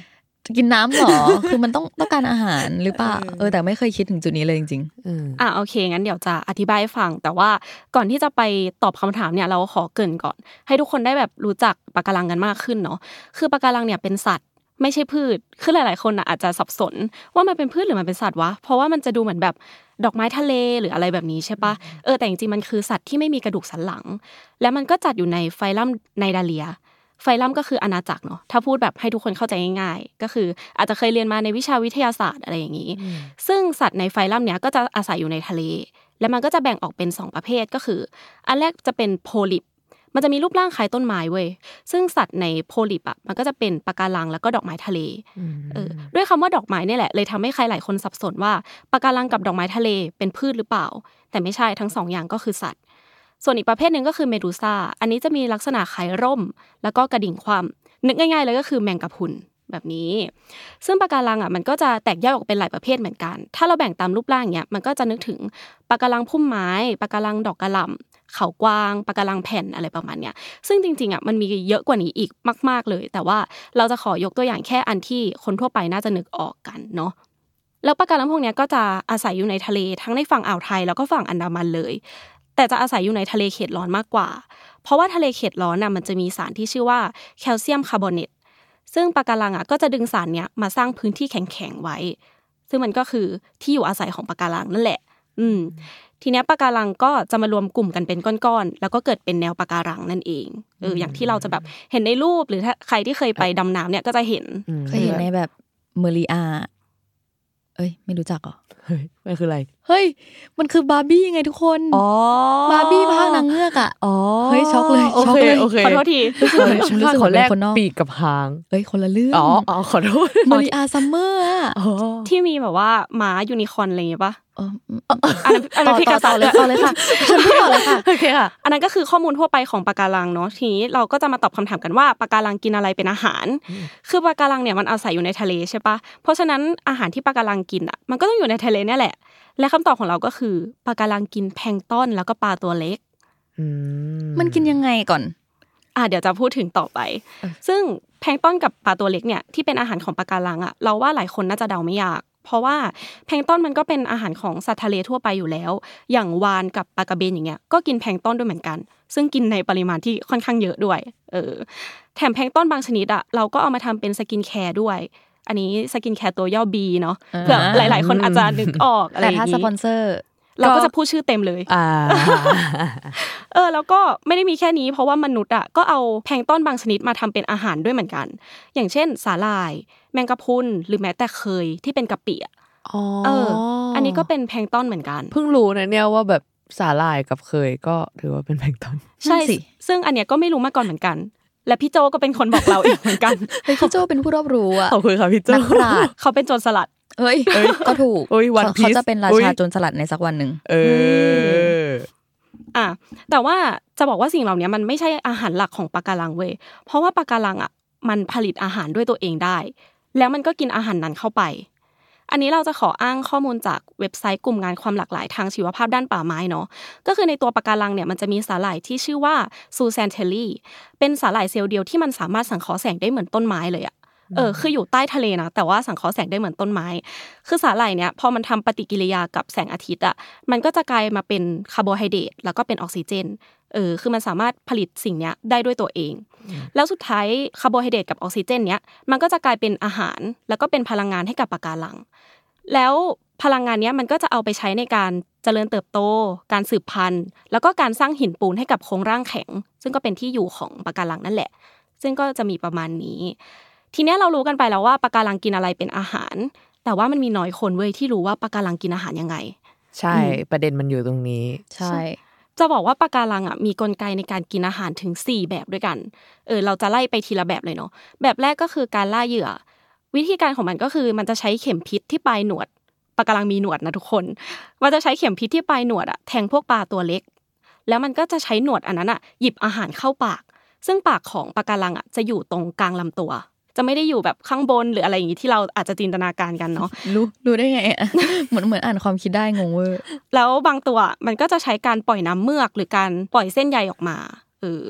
[SPEAKER 6] กินน้ำหรอ คือมันต้องต้องการอาหารหรือเปล่าเออแต่ไม่เคยคิดถึงจุดนี้เลยจริง
[SPEAKER 5] ๆอ่ะโอเคงั้นเดี๋ยวจะอธิบายให้ฟังแต่ว่าก่อนที่จะไปตอบคำถามเนี่ยเราขอเกริ่นก่อนให้ทุกคนได้แบบรู้จักปะการังกันมากขึ้นเนาะคือปะการังเนี่ยเป็นสัตว์ไม่ใช่พืชคือหลายๆคนอ่ะอาจจะสับสนว่ามันเป็นพืชหรือมันเป็นสัตว์วะเพราะว่ามันจะดูเหมือนแบบดอกไม้ทะเลหรืออะไรแบบนี้ใช่ปะเออแต่จริงๆมันคือสัตว์ที่ไม่มีกระดูกสันหลังแล้วมันก็จัดอยู่ในไฟลัมไนดาเลียไฟลัมก็คืออาณาจักรเนาะถ้าพูดแบบให้ทุกคนเข้าใจง่ายๆก็คืออาจจะเคยเรียนมาในวิชาวิทยาศาสตร์อะไรอย่างนี้ซึ่งสัตว์ในไฟลัมเนี้ยก็จะอาศัยอยู่ในทะเลและมันก็จะแบ่งออกเป็นสองประเภทก็คืออันแรกจะเป็นโพลิปมันจะมีรูปร่างคล้ายต้นไม้เว้ยซึ่งสัตว์ในโพลิปอ่ะมันก็จะเป็นปะการังแล้วก็ดอกไม้ทะเลเออด้วยคำว่าดอกไม้นี่แหละเลยทำให้ใครหลายคนสับสนว่าปะการังกับดอกไม้ทะเลเป็นพืชหรือเปล่าแต่ไม่ใช่ทั้งสองอย่างก็คือสัตว์ส่วนอีกประเภทนึงก็คือเมดูซ่าอันนี้จะมีลักษณะคล้ายร่มแล้วก็กระดิ่งคว่ำนึกง่ายๆเลยก็คือแมงกะพรุนแบบนี้ซึ่งปะการังอ่ะมันก็จะแตกแยกออกเป็นหลายประเภทเหมือนกันถ้าเราแบ่งตามรูปร่างเนี้ยมันก็จะนึกถึงปะการังพุ่มไม้ปะการังดอกกระหล่ำเขากวางปะการังแผ่นอะไรประมาณเนี้ยซึ่งจริงๆอ่ะมันมีเยอะกว่านี้อีกมากๆเลยแต่ว่าเราจะขอยกตัวอย่างแค่อันที่คนทั่วไปน่าจะนึกออกกันเนาะแล้วปะการังพวกเนี้ยก็จะอาศัยอยู่ในทะเลทั้งในฝั่งอ่าวไทยแล้วก็ฝั่งอันดามันเลยแต่จะอาศัยอยู่ในทะเลเขตร้อนมากกว่าเพราะว่าทะเลเขตร้อนน่ะมันจะมีสารที่ชื่อว่าแคลเซียมคาร์บอเนตซึ่งปะการังอ่ะก็จะดึงสารเนี้ยมาสร้างพื้นที่แข็งๆไว้ซึ่งมันก็คือที่อยู่อาศัยของปะการังนั่นแหละอืมทีเนี้ยปะการังก็จะมารวมกลุ่มกันเป็นก้อนๆแล้วก็เกิดเป็นแนวปะการังนั่นเองเอออย่างที่เราจะแบบเห็นในรูปหรือถ้าใครที่เคยไปดำน้ำเนี่ยก็จะเห็น
[SPEAKER 6] เคยเห็นในแบบเมอริอาเอ้ยไม่รู้จักเหรอ
[SPEAKER 4] เฮ้ยมันคืออะไร
[SPEAKER 6] เฮ้ยมันคือบาร์บี้ไงทุกคนอ๋อบาร์บี้ภาคนางเงือกอ่ะอ๋อเฮ้ยช็อกเลยช็อกเลย
[SPEAKER 5] ขอโทษที
[SPEAKER 4] ฉันรู้สึกคนแรกปีกกับหาง
[SPEAKER 6] เอ้ยคนละเรื่อง
[SPEAKER 4] อ๋ออ๋อขอโทษ
[SPEAKER 6] เมอริอาซัมเมอร์อ่ะ
[SPEAKER 5] ที่มีแบบว่าม้ายูนิคอร์นอะไรอย่างเงี้ยป่ะ
[SPEAKER 6] อ๋อ
[SPEAKER 5] อันนั้นอันนั้นพี่กระต่ายเลย
[SPEAKER 6] เอาเลยค่ะฉันพูดต่อเลยค่ะ
[SPEAKER 5] โอเคค่ะอันนั้นก็คือข้อมูลทั่วไปของปะการังเนาะทีนี้เราก็จะมาตอบคำถามกันว่าปะการังกินอะไรเป็นอาหารคือปะการังเนี่ยมันอาศัยอยู่ในทะเลใช่ปะเพราะฉะนั้นอาหารที่ปะการังกินอ่ะมันก็ต้องอยู่ในทะเลเนี่ยแหละและคำตอบของเราก็คือปะการังกินแพลงก์ต้นแล้วก็ปลาตัวเล็ก
[SPEAKER 6] มันกินยังไงก่อน
[SPEAKER 5] อ่ะเดี๋ยวจะพูดถึงต่อไปซึ่งแพลงก์ต้นกับปลาตัวเล็กเนี่ยที่เป็นอาหารของปะการังอ่ะเราว่าหลายคนน่าจะเดาไม่ยากเพราะว่าแพลงก์ต้นมันก็เป็นอาหารของสัตว์ทะเลทั่วไปอยู่แล้วอย่างวาฬกับปลากระเบนอย่างเงี้ยก็กินแพลงก์ต้นด้วยเหมือนกันซึ่งกินในปริมาณที่ค่อนข้างเยอะด้วยเออแถมแพลงก์ต้นบางชนิดอ่ะเราก็เอามาทำเป็นสกินแคร์ด้วยอันนี้สกินแคร์ตัวย่อ B เนาะเผื่อหลายๆคนอาจจะนึกออกอะไรอย่างงี้
[SPEAKER 6] แต่ถ้าสปอนเซอร์
[SPEAKER 5] เราก็จะพูดชื่อเต็มเลยเออแล้วก็ไม่ได้มีแค่นี้เพราะว่ามนุษย์อ่ะก็เอาแพลงก์ต้นบางชนิดมาทำเป็นอาหารด้วยเหมือนกันอย่างเช่นสาหร่ายแมงกะพรุนหรือแม้แต่เคยที่เป็นกะปิอ่ะเอออันนี้ก็เป็นแพลงก์ต้นเหมือนกัน
[SPEAKER 4] เพิ่งรู้นะเนี่ยว่าแบบสาหร่ายกับเคยก็ถือว่าเป็นแพลงก์ต้น
[SPEAKER 5] ใช่สิซึ่งอันเนี้ยก็ไม่รู้มาก่อนเหมือนกันและพี่โจก็เป็นคนบอกเราเองเหมือนกัน
[SPEAKER 6] พี่โจเป็นผู้รอบรู้อ่ะ
[SPEAKER 4] ขอบคุณค่ะพี่โจ
[SPEAKER 6] นักปราชญ์
[SPEAKER 5] เขาเป็นโจรสลัด
[SPEAKER 6] เฮ้ยก็ถูกเขาจะเป็นราชาโจรสลัดในสักวันนึง
[SPEAKER 4] เออ
[SPEAKER 5] อ่ะแต่ว่าจะบอกว่าสิ่งเหล่านี้มันไม่ใช่อาหารหลักของปะการังเว้ยเพราะว่าปะการังอ่ะมันผลิตอาหารด้วยตัวเองได้แล้วมันก็กินอาหารนั้นเข้าไปอันนี้เราจะขออ้างข้อมูลจากเว็บไซต์กลุ่มงานความหลากหลายทางชีวภาพด้านป่าไม้เนาะก็คือในตัวปะการังเนี่ยมันจะมีสาหร่ายที่ชื่อว่าซูแซนเทลลี่เป็นสาหร่ายเซลล์เดียวที่มันสามารถสังเคราะห์แสงได้เหมือนต้นไม้เลยอะเออคืออยู่ใต้ทะเลนะแต่ว่าสังเคราะห์แสงได้เหมือนต้นไม้คือสาหร่ายเนี่ยพอมันทำปฏิกิริยากับแสงอาทิตย์อ่ะมันก็จะกลายมาเป็นคาร์โบไฮเดรตแล้วก็เป็นออกซิเจนเออคือมันสามารถผลิตสิ่งเนี้ยได้ด้วยตัวเองแล้วสุดท้ายคาร์โบไฮเดรตกับออกซิเจนเนี้ยมันก็จะกลายเป็นอาหารแล้วก็เป็นพลังงานให้กับปะการังแล้วพลังงานนี้มันก็จะเอาไปใช้ในการเจริญเติบโตการสืบพันธุ์แล้วก็การสร้างหินปูนให้กับโครงร่างแข็งซึ่งก็เป็นที่อยู่ของปะการังนั่นแหละซึ่งก็จะมีประมาณนี้ทีนี้เรารู้กันไปแล้วว่าปะการังกินอะไรเป็นอาหารแต่ว่ามันมีน้อยคนเว้ยที่รู้ว่าปะการังกินอาหารยังไง
[SPEAKER 4] ใช่ประเด็นมันอยู่ตรงนี้
[SPEAKER 6] ใช่
[SPEAKER 5] จะบอกว่าปะการังอ่ะมีกลไกในการกินอาหารถึงสี่แบบด้วยกันเออเราจะไล่ไปทีละแบบเลยเนาะแบบแรกก็คือการล่าเหยื่อวิธีการของมันก็คือมันจะใช้เข็มพิษที่ปลายหนวดปะการังมีหนวดนะทุกคนมันจะใช้เข็มพิษที่ปลายหนวดอะแทงพวกปลาตัวเล็กแล้วมันก็จะใช้หนวดอันนั้นอะหยิบอาหารเข้าปากซึ่งปากของปะการังอะจะอยู่ตรงกลางลำตัวจะไม่ได้อยู่แบบข้างบนหรืออะไรอย่างนี้ที่เราอาจจะจินตนาการกันเนาะ
[SPEAKER 6] รู้รู้ได้ไงอะเหมือนเหมือนอ่านความคิดได้งงเวอร์
[SPEAKER 5] แล้วบางตัวมันก็จะใช้การปล่อยน้ำเมือกหรือการปล่อยเส้นใยออกมาเออ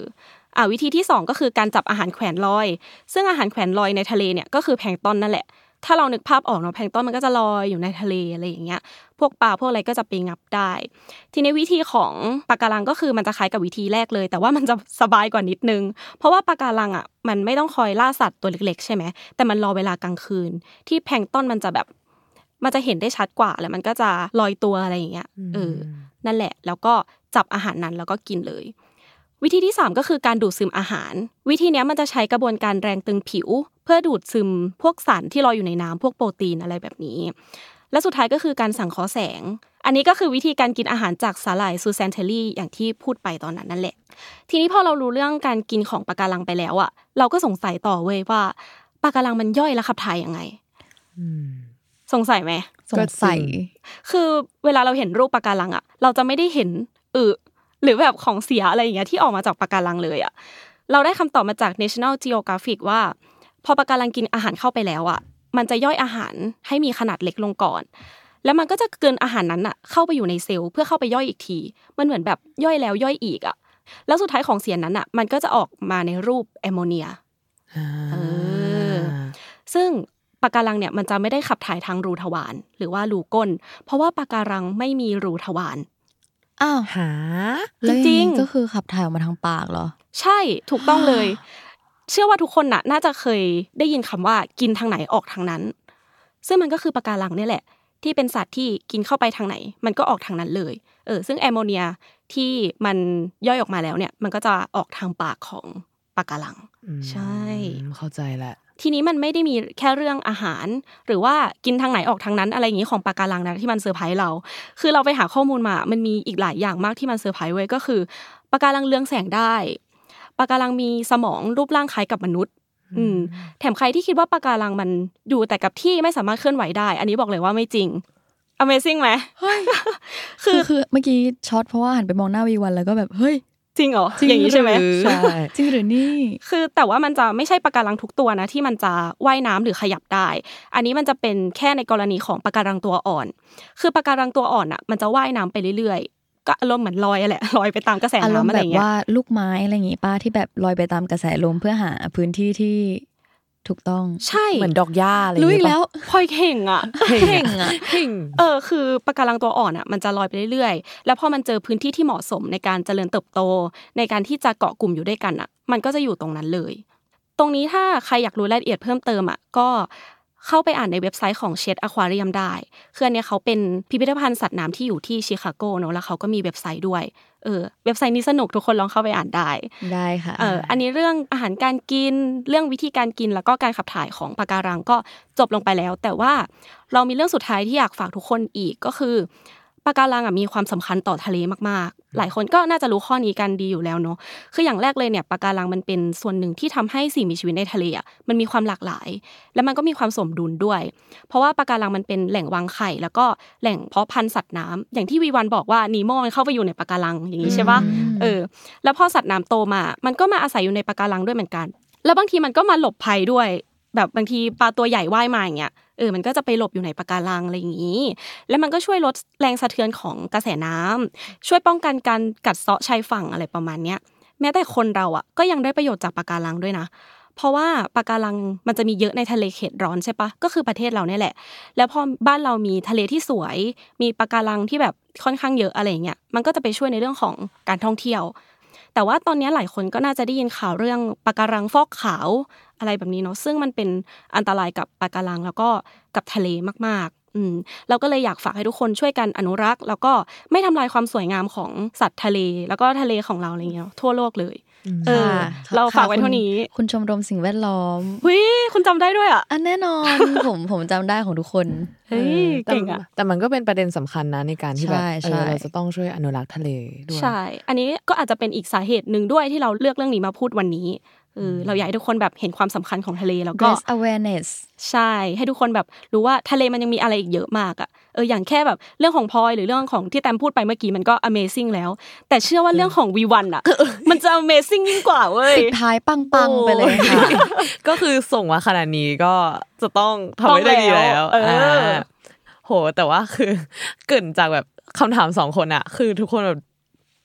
[SPEAKER 5] อ่าวิธีที่สองก็คือการจับอาหารแขวนลอยซึ่งอาหารแขวนลอยในทะเลเนี่ยก็คือแพลงก์ตอนนั่นแหละถ้าเรานึกภาพออกเนาะแพลงก์ตอนมันก็จะลอยอยู่ในทะเลอะไรอย่างเงี้ยพวกปลาพวกอะไรก็จะไปงับได้ทีนี้วิธีของปะการังก็คือมันจะคล้ายกับวิธีแรกเลยแต่ว่ามันจะสบายกว่านิดนึงเพราะว่าปะการังอ่ะมันไม่ต้องคอยล่าสัตว์ตัวเล็กๆใช่ไหมแต่มันรอเวลากลางคืนที่แพลงก์ตอนมันจะแบบมันจะเห็นได้ชัดกว่าแล้วมันก็จะลอยตัวอะไรอย่างเงี้ยเออนั่นแหละแล้วก็จับอาหารนั้นแล้วก็กินเลยวิธีที่สามก็คือการดูดซึมอาหารวิธีนี้มันจะใช้กระบวนการแรงตึงผิวเพื่อดูดซึมพวกสารที่ลอยอยู่ในน้ำพวกโปรตีนอะไรแบบนี้และสุดท้ายก็คือการสังเคราะห์แสงอันนี้ก็คือวิธีการกินอาหารจากสาหร่ายซูแซนเทลลี่อย่างที่พูดไปตอนนั้นนั่นแหละทีนี้พอเรารู้เรื่องการกินของปะการังไปแล้วอ่ะเราก็สงสัยต่อเว้ยว่าปะการังมันย่อยและขับถ่ายยังไงสงสัยไหม
[SPEAKER 6] สงสัย
[SPEAKER 5] คือเวลาเราเห็นรูปปะการังอ่ะเราจะไม่ได้เห็นอึหรือแบบของเสียอะไรอย่างเงี้ยที่ออกมาจากปะการังเลยอ่ะเราได้คำตอบมาจาก National Geographic ว่าพอปะการังกินอาหารเข้าไปแล้วอ่ะมันจะย่อยอาหารให้มีขนาดเล็กลงก่อนแล้วมันก็จะเกินอาหารนั้นอ่ะเข้าไปอยู่ในเซลล์เพื่อเข้าไปย่อยอีกทีมันเหมือนแบบย่อยแล้วย่อยอีกอ่ะแล้วสุดท้ายของเสียนั้นอ่ะมันก็จะออกมาในรูปแอมโมเนียเออซึ่งปะการังเนี่ยมันจะไม่ได้ขับถ่ายทางรูทวารหรือว่ารูก้นเพราะว่าปะการังไม่มีรูทวาร
[SPEAKER 6] อ้าว
[SPEAKER 4] หา
[SPEAKER 5] จริง
[SPEAKER 6] ๆก็คือขับถ่ายออกมาทางปากเหรอ
[SPEAKER 5] ใช่ถูกต้องเลยเชื่อว่าทุกคนน่ะน่าจะเคยได้ยินคำว่ากินทางไหนออกทางนั้นซึ่งมันก็คือปะการังนี่แหละที่เป็นสัตว์ที่กินเข้าไปทางไหนมันก็ออกทางนั้นเลยเออซึ่งแอมโมเนียที่มันย่อยออกมาแล้วเนี่ยมันก็จะออกทางปากของปะการังใช่
[SPEAKER 4] เข้าใจแหละ
[SPEAKER 5] ทีนี้มันไม่ได้มีแค่เรื่องอาหารหรือว่ากินทางไหนออกทางนั้นอะไรอย่างนี้ของปะการังนะที่มันเซอร์ไพรส์เราคือเราไปหาข้อมูลมามันมีอีกหลายอย่างมากที่มันเซอร์ไพรส์เว้ยก็คือปะการังเรืองแสงได้ปะการังมีสมองรูปร่างคล้ายกับมนุษย์อืมแถมใครที่คิดว่าปะการังมันอยู่แต่กับที่ไม่สามารถเคลื่อนไหวได้อันนี้บอกเลยว่าไม่จริง Amazing ไหมเฮ้ย
[SPEAKER 6] คือคือเมื่อกี้ช็อตเพราะว่าหันไปมองหน้าวีวันแล้วก็แบบเฮ้ย
[SPEAKER 5] จริงเหรออย่างนี้ใช่ไหม
[SPEAKER 6] ใช่จริงหรือนี่
[SPEAKER 5] คือแต่ว่ามันจะไม่ใช่ปะการังทุกตัวนะที่มันจะว่ายน้ำหรือขยับได้อันนี้มันจะเป็นแค่ในกรณีของปะการังตัวอ่อนคือปะการังตัวอ่อนอ่ะมันจะว่ายน้ำไปเรื่อยๆก็อารมณ์เหมือนลอยแหละลอยไปตามกระแสน้ำอะไรอย่างเงี้ย
[SPEAKER 6] อารมณ์แบบว่าลูกไม้อะไรอย่างงี้ป้าที่แบบลอยไปตามกระแสลมเพื่อหาพื้นที่ที่ถูกต้อง
[SPEAKER 5] ใช่
[SPEAKER 4] เหมือนดอกหญ้าอะไรอย่าง
[SPEAKER 5] เงี้ยรู้แล้วพลอยเข่งอ่ะ
[SPEAKER 6] เข่งอ่ะ
[SPEAKER 5] เข่งเออคือปะการังตัวอ่อนอ่ะมันจะลอยไปเรื่อยๆแล้วพอมันเจอพื้นที่ที่เหมาะสมในการเจริญเติบโตในการที่จะเกาะกลุ่มอยู่ด้วยกันอ่ะมันก็จะอยู่ตรงนั้นเลยตรงนี้ถ้าใครอยากรู้รายละเอียดเพิ่มเติมอ่ะก็เข้าไปอ่านในเว็บไซต์ของเชดอควาเรียมได้คืออันเนี้ยเขาเป็นพิพิธภัณฑ์สัตว์น้ำที่อยู่ที่ชิคาโกเนอะแล้วเขาก็มีเว็บไซต์ด้วยเออเว็บไซต์นี้สนุกทุกคนลองเข้าไปอ่านได้
[SPEAKER 6] ได้ค่ะ
[SPEAKER 5] เอออันนี้เรื่องอาหารการกินเรื่องวิธีการกินแล้วก็การขับถ่ายของปะการังก็จบลงไปแล้วแต่ว่าเรามีเรื่องสุดท้ายที่อยากฝากทุกคนอีกก็คือปะการังอ่ะมีความสำคัญต่อทะเลมากๆหลายคนก็น่าจะรู้ข้อนี้กันดีอยู่แล้วเนาะคืออย่างแรกเลยเนี่ยปะการังมันเป็นส่วนหนึ่งที่ทำให้สิ่งมีชีวิตในทะเลอ่ะมันมีความหลากหลายและมันก็มีความสมดุลด้วยเพราะว่าปะการังมันเป็นแหล่งวางไข่แล้วก็แหล่งเพาะพันธุ์สัตว์น้ำอย่างที่วีวันบอกว่านีโม่มันเข้าไปอยู่ในปะการังอย่างนี้ใช่ป่ะเออแล้วพอสัตว์น้ำโตมามันก็มาอาศัยอยู่ในปะการังด้วยเหมือนกันแล้วบางทีมันก็มาหลบภัยด้วยแบบบางทีปลาตัวใหญ่ว่ายมาอย่างเงี้ยเออมันก็จะไปหลบอยู่ในปะการังอะไรอย่างนี้แล้วมันก็ช่วยลดแรงสะเทือนของกระแสน้ำช่วยป้องกันการกัดเซาะชายฝั่งอะไรประมาณเนี้ยแม้แต่คนเราอ่ะก็ยังได้ประโยชน์จากปะการังด้วยนะเพราะว่าปะการังมันจะมีเยอะในทะเลเขตร้อนใช่ปะก็คือประเทศเราเนี่ยแหละแล้วพอบ้านเรามีทะเลที่สวยมีปะการังที่แบบค่อนข้างเยอะอะไรอย่างเงี้ยมันก็จะไปช่วยในเรื่องของการท่องเที่ยวแต่ว่าตอนนี้หลายคนก็น่าจะได้ยินข่าวเรื่องปะการังฟอกขาวอะไรแบบนี้เนาะซึ่งมันเป็นอันตรายกับปะการังแล้วก็กับทะเลมากๆอืมเราก็เลยอยากฝากให้ทุกคนช่วยกันอนุรักษ์แล้วก็ไม่ทำลายความสวยงามของสัตว์ทะเลแล้วก็ทะเลของเราอะไรเงี้ยทั่วโลกเลยเออเราฝากไว้เท่านี้
[SPEAKER 6] คุณชมรมสิ่งแวดล้อม
[SPEAKER 5] หุ้ยคุณจำได้ด้วยอ่ะ
[SPEAKER 6] อันแน่นอนผมผมจำได้ของทุกคน
[SPEAKER 5] เฮ้ยเก่งอ่ะ
[SPEAKER 4] แต่มันก็เป็นประเด็นสำคัญนะในการที่แบบเออเราจะต้องช่วยอนุรักษ์ทะเลด้วย
[SPEAKER 5] ใช่อันนี้ก็อาจจะเป็นอีกสาเหตุหนึ่งด้วยที่เราเลือกเรื่องนี้มาพูดวันนี้เออเราอยากให้ทุกคนแบบเห็นความสำคัญของทะเลแล้วก็
[SPEAKER 6] raise awareness
[SPEAKER 5] ใช่ให้ทุกคนแบบรู้ว่าทะเลมันยังมีอะไรอีกเยอะมากอ่ะเอออย่างแค่แบบเรื่องของพลอยหรือเรื่องของที่แตมพูดไปเมื่อกี้มันก็ amazing แล้วแต่เชื่อว่าเรื่องของวีวันอ่ะมันจะ amazing ยิ่งกว่าเว้ย
[SPEAKER 6] ปิดท้ายปังๆไปเลยค่ะ
[SPEAKER 4] ก็คือส่งมาขนาดนี้ก็จะต้องทำให้ได้ดีแล้วเออโหแต่ว่าคือเกิดจากแบบคำถามสองคนอ่ะคือทุกคนแบบ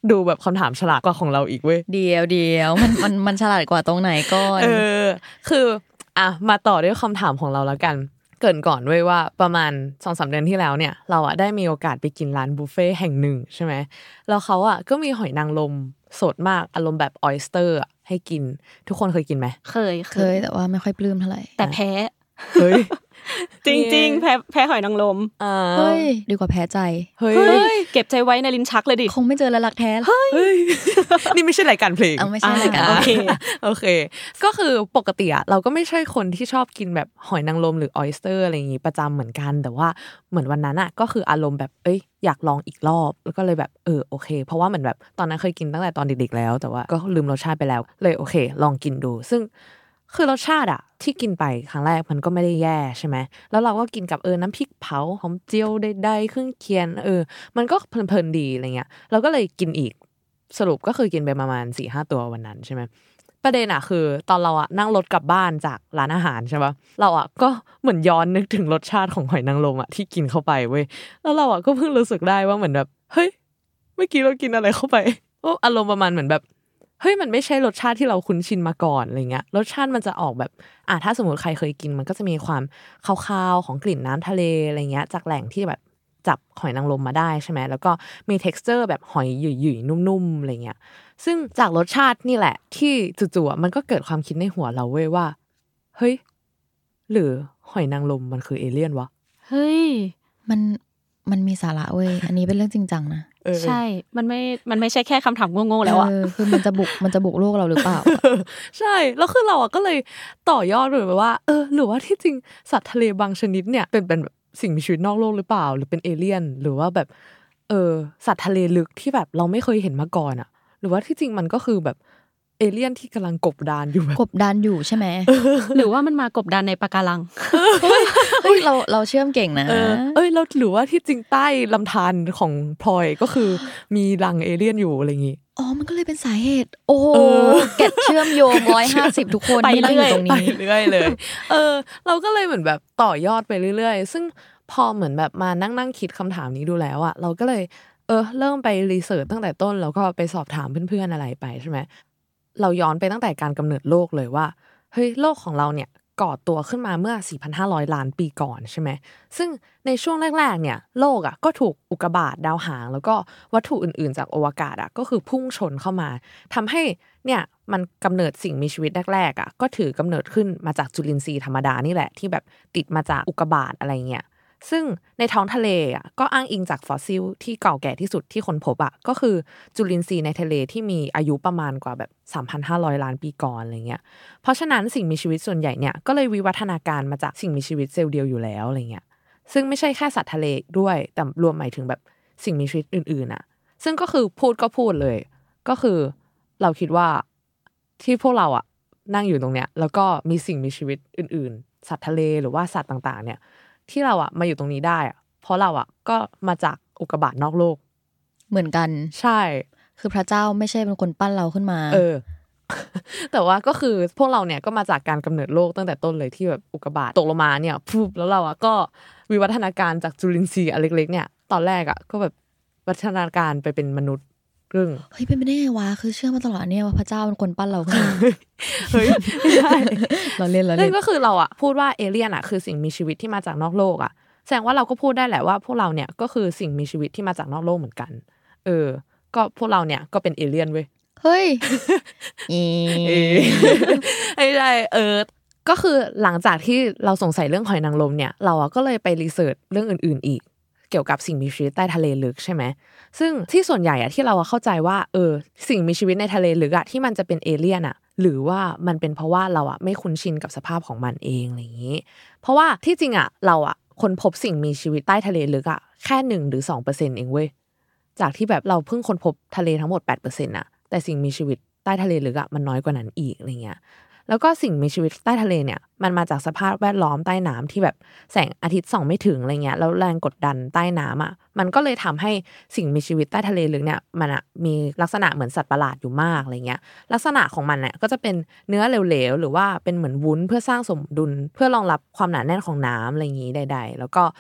[SPEAKER 4] ดูแบบคำถามฉลาดกว่าของเราอีกเว้ย
[SPEAKER 6] เดียวเดียวมันมันมันฉลาดกว่าตรงไหนก่อน
[SPEAKER 4] เออคืออ่ะมาต่อด้วยคำถามของเราแล้วกันเกริ่นก่อนเว้ยว่าประมาณ สองถึงสาม เดือนที่แล้วเนี่ยเราอ่ะได้มีโอกาสไปกินร้านบุฟเฟ่แห่งหนึ่งใช่มั้ยแล้วเขาอ่ะก็มีหอยนางรมสดมากอารมณ์แบบออยสเตอร์อ่ะให้กินทุกคนเคยกินมั้ย
[SPEAKER 5] เคย
[SPEAKER 6] เคยแต่ว่าไม่ค่อยปลื้มเท่าไหร่
[SPEAKER 5] แต่แพ้
[SPEAKER 4] เฮ้ย
[SPEAKER 5] จริงๆแพ้แพ้หอยนางรม
[SPEAKER 6] เฮ้ยดีกว่าแพ้ใจ
[SPEAKER 5] เฮ้ยเก็บใจไว้ในลิ้นชักเลยดิ
[SPEAKER 6] คงไม่เจอแล้วรักแท้
[SPEAKER 4] เฮ้ยนี่ไม่ใช่รายการเพลง
[SPEAKER 6] อ้าวไม่ใช่รายการ
[SPEAKER 4] โอเคโอเคก็คือปกติอ่ะเราก็ไม่ใช่คนที่ชอบกินแบบหอยนางรมหรือออยสเตอร์อะไรอย่างงี้ประจำเหมือนกันแต่ว่าเหมือนวันนั้นอ่ะก็คืออารมณ์แบบเอ้ยอยากลองอีกรอบแล้วก็เลยแบบเออโอเคเพราะว่าเหมือนแบบตอนนั้นเคยกินตั้งแต่ตอนเด็กๆแล้วแต่ว่าก็ลืมรสชาติไปแล้วเลยโอเคลองกินดูซึ่งคือรสชาติอะที่กินไปครั้งแรกมันก็ไม่ได้แย่ใช่ไหมแล้วเราก็กินกับเออน้ำพริกเผาหอมเจียวใดๆเครื่องเคียงเออมันก็เพลินๆดีอะไรเงี้ยเราก็เลยกินอีกสรุปก็คือกินไปประมาณ สี่ห้า ตัววันนั้นใช่ไหมประเด็นอะคือตอนเราอะนั่งรถกลับบ้านจากร้านอาหารใช่ปะเราอะก็เหมือนย้อนนึกถึงรสชาติของหอยนางรมอะที่กินเข้าไปเว้ยแล้วเราอะก็เพิ่งรู้สึกได้ว่าเหมือนแบบเฮ้ยเมื่อกี้เรากินอะไรเข้าไปว่าอารมณ์ประมาณเหมือนแบบเฮ้ยมันไม่ใช่รสชาติที่เราคุ้นชินมาก่อนอะไรเงี้ยรสชาติมันจะออกแบบอ่ะถ้าสมมติใครเคยกินมันก็จะมีความคาวๆของกลิ่นน้ำทะเลอะไรเงี้ยจากแหล่งที่แบบจับหอยนางรมมาได้ใช่ไหมแล้วก็มี texture แบบหอยหยุ่ยๆนุ่มๆอะไรเงี้ยซึ่งจากรสชาตินี่แหละที่จู่ๆมันก็เกิดความคิดในหัวเราเว้ยว่าเฮ้ยหรือหอยนางรมมันคือเอเลี่ยนวะ
[SPEAKER 5] เฮ้ย
[SPEAKER 6] มันมันมีสาระเว้ยอันนี้เป็นเรื่องจริงจังนะ
[SPEAKER 5] ใช่มันไม่มันไม่ใช่แค่คำถามโง่ๆแล้วอ่ะ
[SPEAKER 6] คือมันจะบุกมันจะบุกโลกเราหรือเปล่า
[SPEAKER 4] ใช่แล้วคือเราอ่ะก็เลยต่อยอดเลยว่าเออหรือว่าที่จริงสัตว์ทะเลบางชนิดเนี่ยเป็นเป็นแบบสิ่งมีชีวิตนอกโลกหรือเปล่าหรือเป็นเอเลี่ยนหรือว่าแบบเออสัตว์ทะเลลึกที่แบบเราไม่เคยเห็นมาก่อนอ่ะหรือว่าที่จริงมันก็คือแบบเอเลี่ยนที่กำลังกบดานอยู่แบบ
[SPEAKER 6] กบดานอยู่ใช่ไหม
[SPEAKER 5] หรือว่ามันมากบดานในปะการัง
[SPEAKER 6] เฮ้ยเราเราเชื่อมเก่งนะ
[SPEAKER 4] เออเอ้ยเราหรือว่าที่จริงใต้ลำธารของพลอยก็คือมีรังเอเลี่ยนอยู่อะไรอย่างงี้
[SPEAKER 6] อ๋อมันก็เลยเป็นสาเหตุโอ้โหเก็ตเชื่อมโยงหนึ่งร้อยห้าสิบทุกคน
[SPEAKER 5] ไปเรื่อย
[SPEAKER 6] ตรงนี้
[SPEAKER 4] ไปเรื่อยเลยเออเราก็เลยเหมือนแบบต่อยอดไปเรื่อยๆซึ่งพอเหมือนแบบมานั่งๆคิดคำถามนี้ดูแล้วอะเราก็เลยเออเริ่มไปรีเสิร์ชตั้งแต่ต้นแล้วก็ไปสอบถามเพื่อนๆอะไรไปใช่ไหมเราย้อนไปตั้งแต่การกำเนิดโลกเลยว่าเฮ้ยโลกของเราเนี่ยก่อตัวขึ้นมาเมื่อ สี่พันห้าร้อย ล้านปีก่อนใช่ไหมซึ่งในช่วงแรกๆเนี่ยโลกอ่ะก็ถูกอุกกาบาตดาวหางแล้วก็วัตถุอื่นๆจากอวกาศอ่ะก็คือพุ่งชนเข้ามาทำให้เนี่ยมันกำเนิดสิ่งมีชีวิตแรกๆอ่ะก็ถือกำเนิดขึ้นมาจากจุลินทรีย์ธรรมดานี่แหละที่แบบติดมาจากอุกกาบาตอะไรเงี้ยซึ่งในท้องทะเลอ่ะก็อ้างอิงจากฟอสซิลที่เก่าแก่ที่สุดที่คนพบอ่ะก็คือจุลินทรีย์ในทะเลที่มีอายุประมาณกว่าแบบ สามพันห้าร้อย ล้านปีก่อนอะไรเงี้ยเพราะฉะนั้นสิ่งมีชีวิตส่วนใหญ่เนี่ยก็เลยวิวัฒนาการมาจากสิ่งมีชีวิตเซลล์เดียวอยู่แล้วอะไรเงี้ยซึ่งไม่ใช่แค่สัตว์ทะเลด้วยแต่รวมหมายถึงแบบสิ่งมีชีวิตอื่นๆอ่ะซึ่งก็คือพูดก็พูดเลยก็คือเราคิดว่าที่พวกเราอ่ะนั่งอยู่ตรงเนี้ยแล้วก็มีสิ่งมีชีวิตอื่นๆสัตว์ทะเลหรือว่าสัตว์ต่างๆเนี่ยที่เราอ่ะมาอยู่ตรงนี้ได้อ่ะเพราะเราอ่ะก็มาจากอุกกาบาตนอกโลก
[SPEAKER 6] เหมือนกัน
[SPEAKER 4] ใช่
[SPEAKER 6] คือพระเจ้าไม่ใช่เป็นคนปั้นเราขึ้นมา
[SPEAKER 4] เออ แต่ว่าก็คือพวกเราเนี่ยก็มาจากการกำเนิดโลกตั้งแต่ต้นเลยที่แบบอุกกาบาตตกลงมาเนี่ยปุ๊บแล้วเราอ่ะก็วิวัฒนาการจากจุลินทรีย์อันเล็กๆเนี่ยตอนแรกอ่ะก็แบบวัฒนาการไปเป็นมนุษย์เรื่อง
[SPEAKER 6] เฮ้ยเป็นไปได้ไงวะคือเชื่อมาตลอดเนี่ยว่าพระเจ้าเป็นคนปั้นเราขึ้นมา
[SPEAKER 4] เฮ้ยไม่ใช่
[SPEAKER 6] เราเล่นเราเล่น
[SPEAKER 4] นั่นก็คือเราอ่ะพูดว่าเอเลี่ยนอ่ะคือสิ่งมีชีวิตที่มาจากนอกโลกอ่ะแสดงว่าเราก็พูดได้แหละว่าพวกเราเนี่ยก็คือสิ่งมีชีวิตที่มาจากนอกโลกเหมือนกันเออก็พวกเราเนี่ยก็เป็นเอเลี่ยนเว้ย
[SPEAKER 6] เฮ้ยอี
[SPEAKER 4] ไม่ใช่เออก็คือหลังจากที่เราสงสัยเรื่องหอยนางรมเนี่ยเราอ่ะก็เลยไปรีเสิร์ชเรื่องอื่นๆอีกเกี่ยวกับสิ่งมีชีวิตใต้ทะเลลึกใช่ไหมซึ่งที่ส่วนใหญ่อ่ะที่เราเข้าใจว่าเออสิ่งมีชีวิตในทะเลลึกอ่ะที่มันจะเป็นเอเลี่ยนอ่ะหรือว่ามันเป็นเพราะว่าเราอ่ะไม่คุ้นชินกับสภาพของมันเองอะไรอย่างนี้เพราะว่าที่จริงอ่ะเราอ่ะค้นพบสิ่งมีชีวิตใต้ทะเลลึกอ่ะแค่หนึ่งหรือ สองเปอร์เซ็นต์ เองเว้ยจากที่แบบเราเพิ่งค้นพบทะเลทั้งหมด แปดเปอร์เซ็นต์ น่ะแต่สิ่งมีชีวิตใต้ทะเลลึกอ่ะมันน้อยกว่านั้นอีกอะไรเงี้ยแล้วก็สิ่งมีชีวิตใต้ทะเลเนี่ยมันมาจากสภาพแวดล้อมใต้น้ำที่แบบแสงอาทิตย์ส่องไม่ถึงอะไรเงี้ยแล้วแรงกดดันใต้น้ำอ่ะมันก็เลยทำให้สิ่งมีชีวิตใต้ทะเลลึกเนี่ยมันอ่ะมีลักษณะเหมือนสัตว์ประหลาดอยู่มากอะไรเงี้ยลักษณะของมันเนี่ยก็จะเป็นเนื้อเหลวๆหรือว่าเป็นเหมือนวุ้นเพื่อสร้างสมดุลเพื่อรองรับความหนาแน่นของน้ำอะไรอย่างงี้ใดๆแล้วก็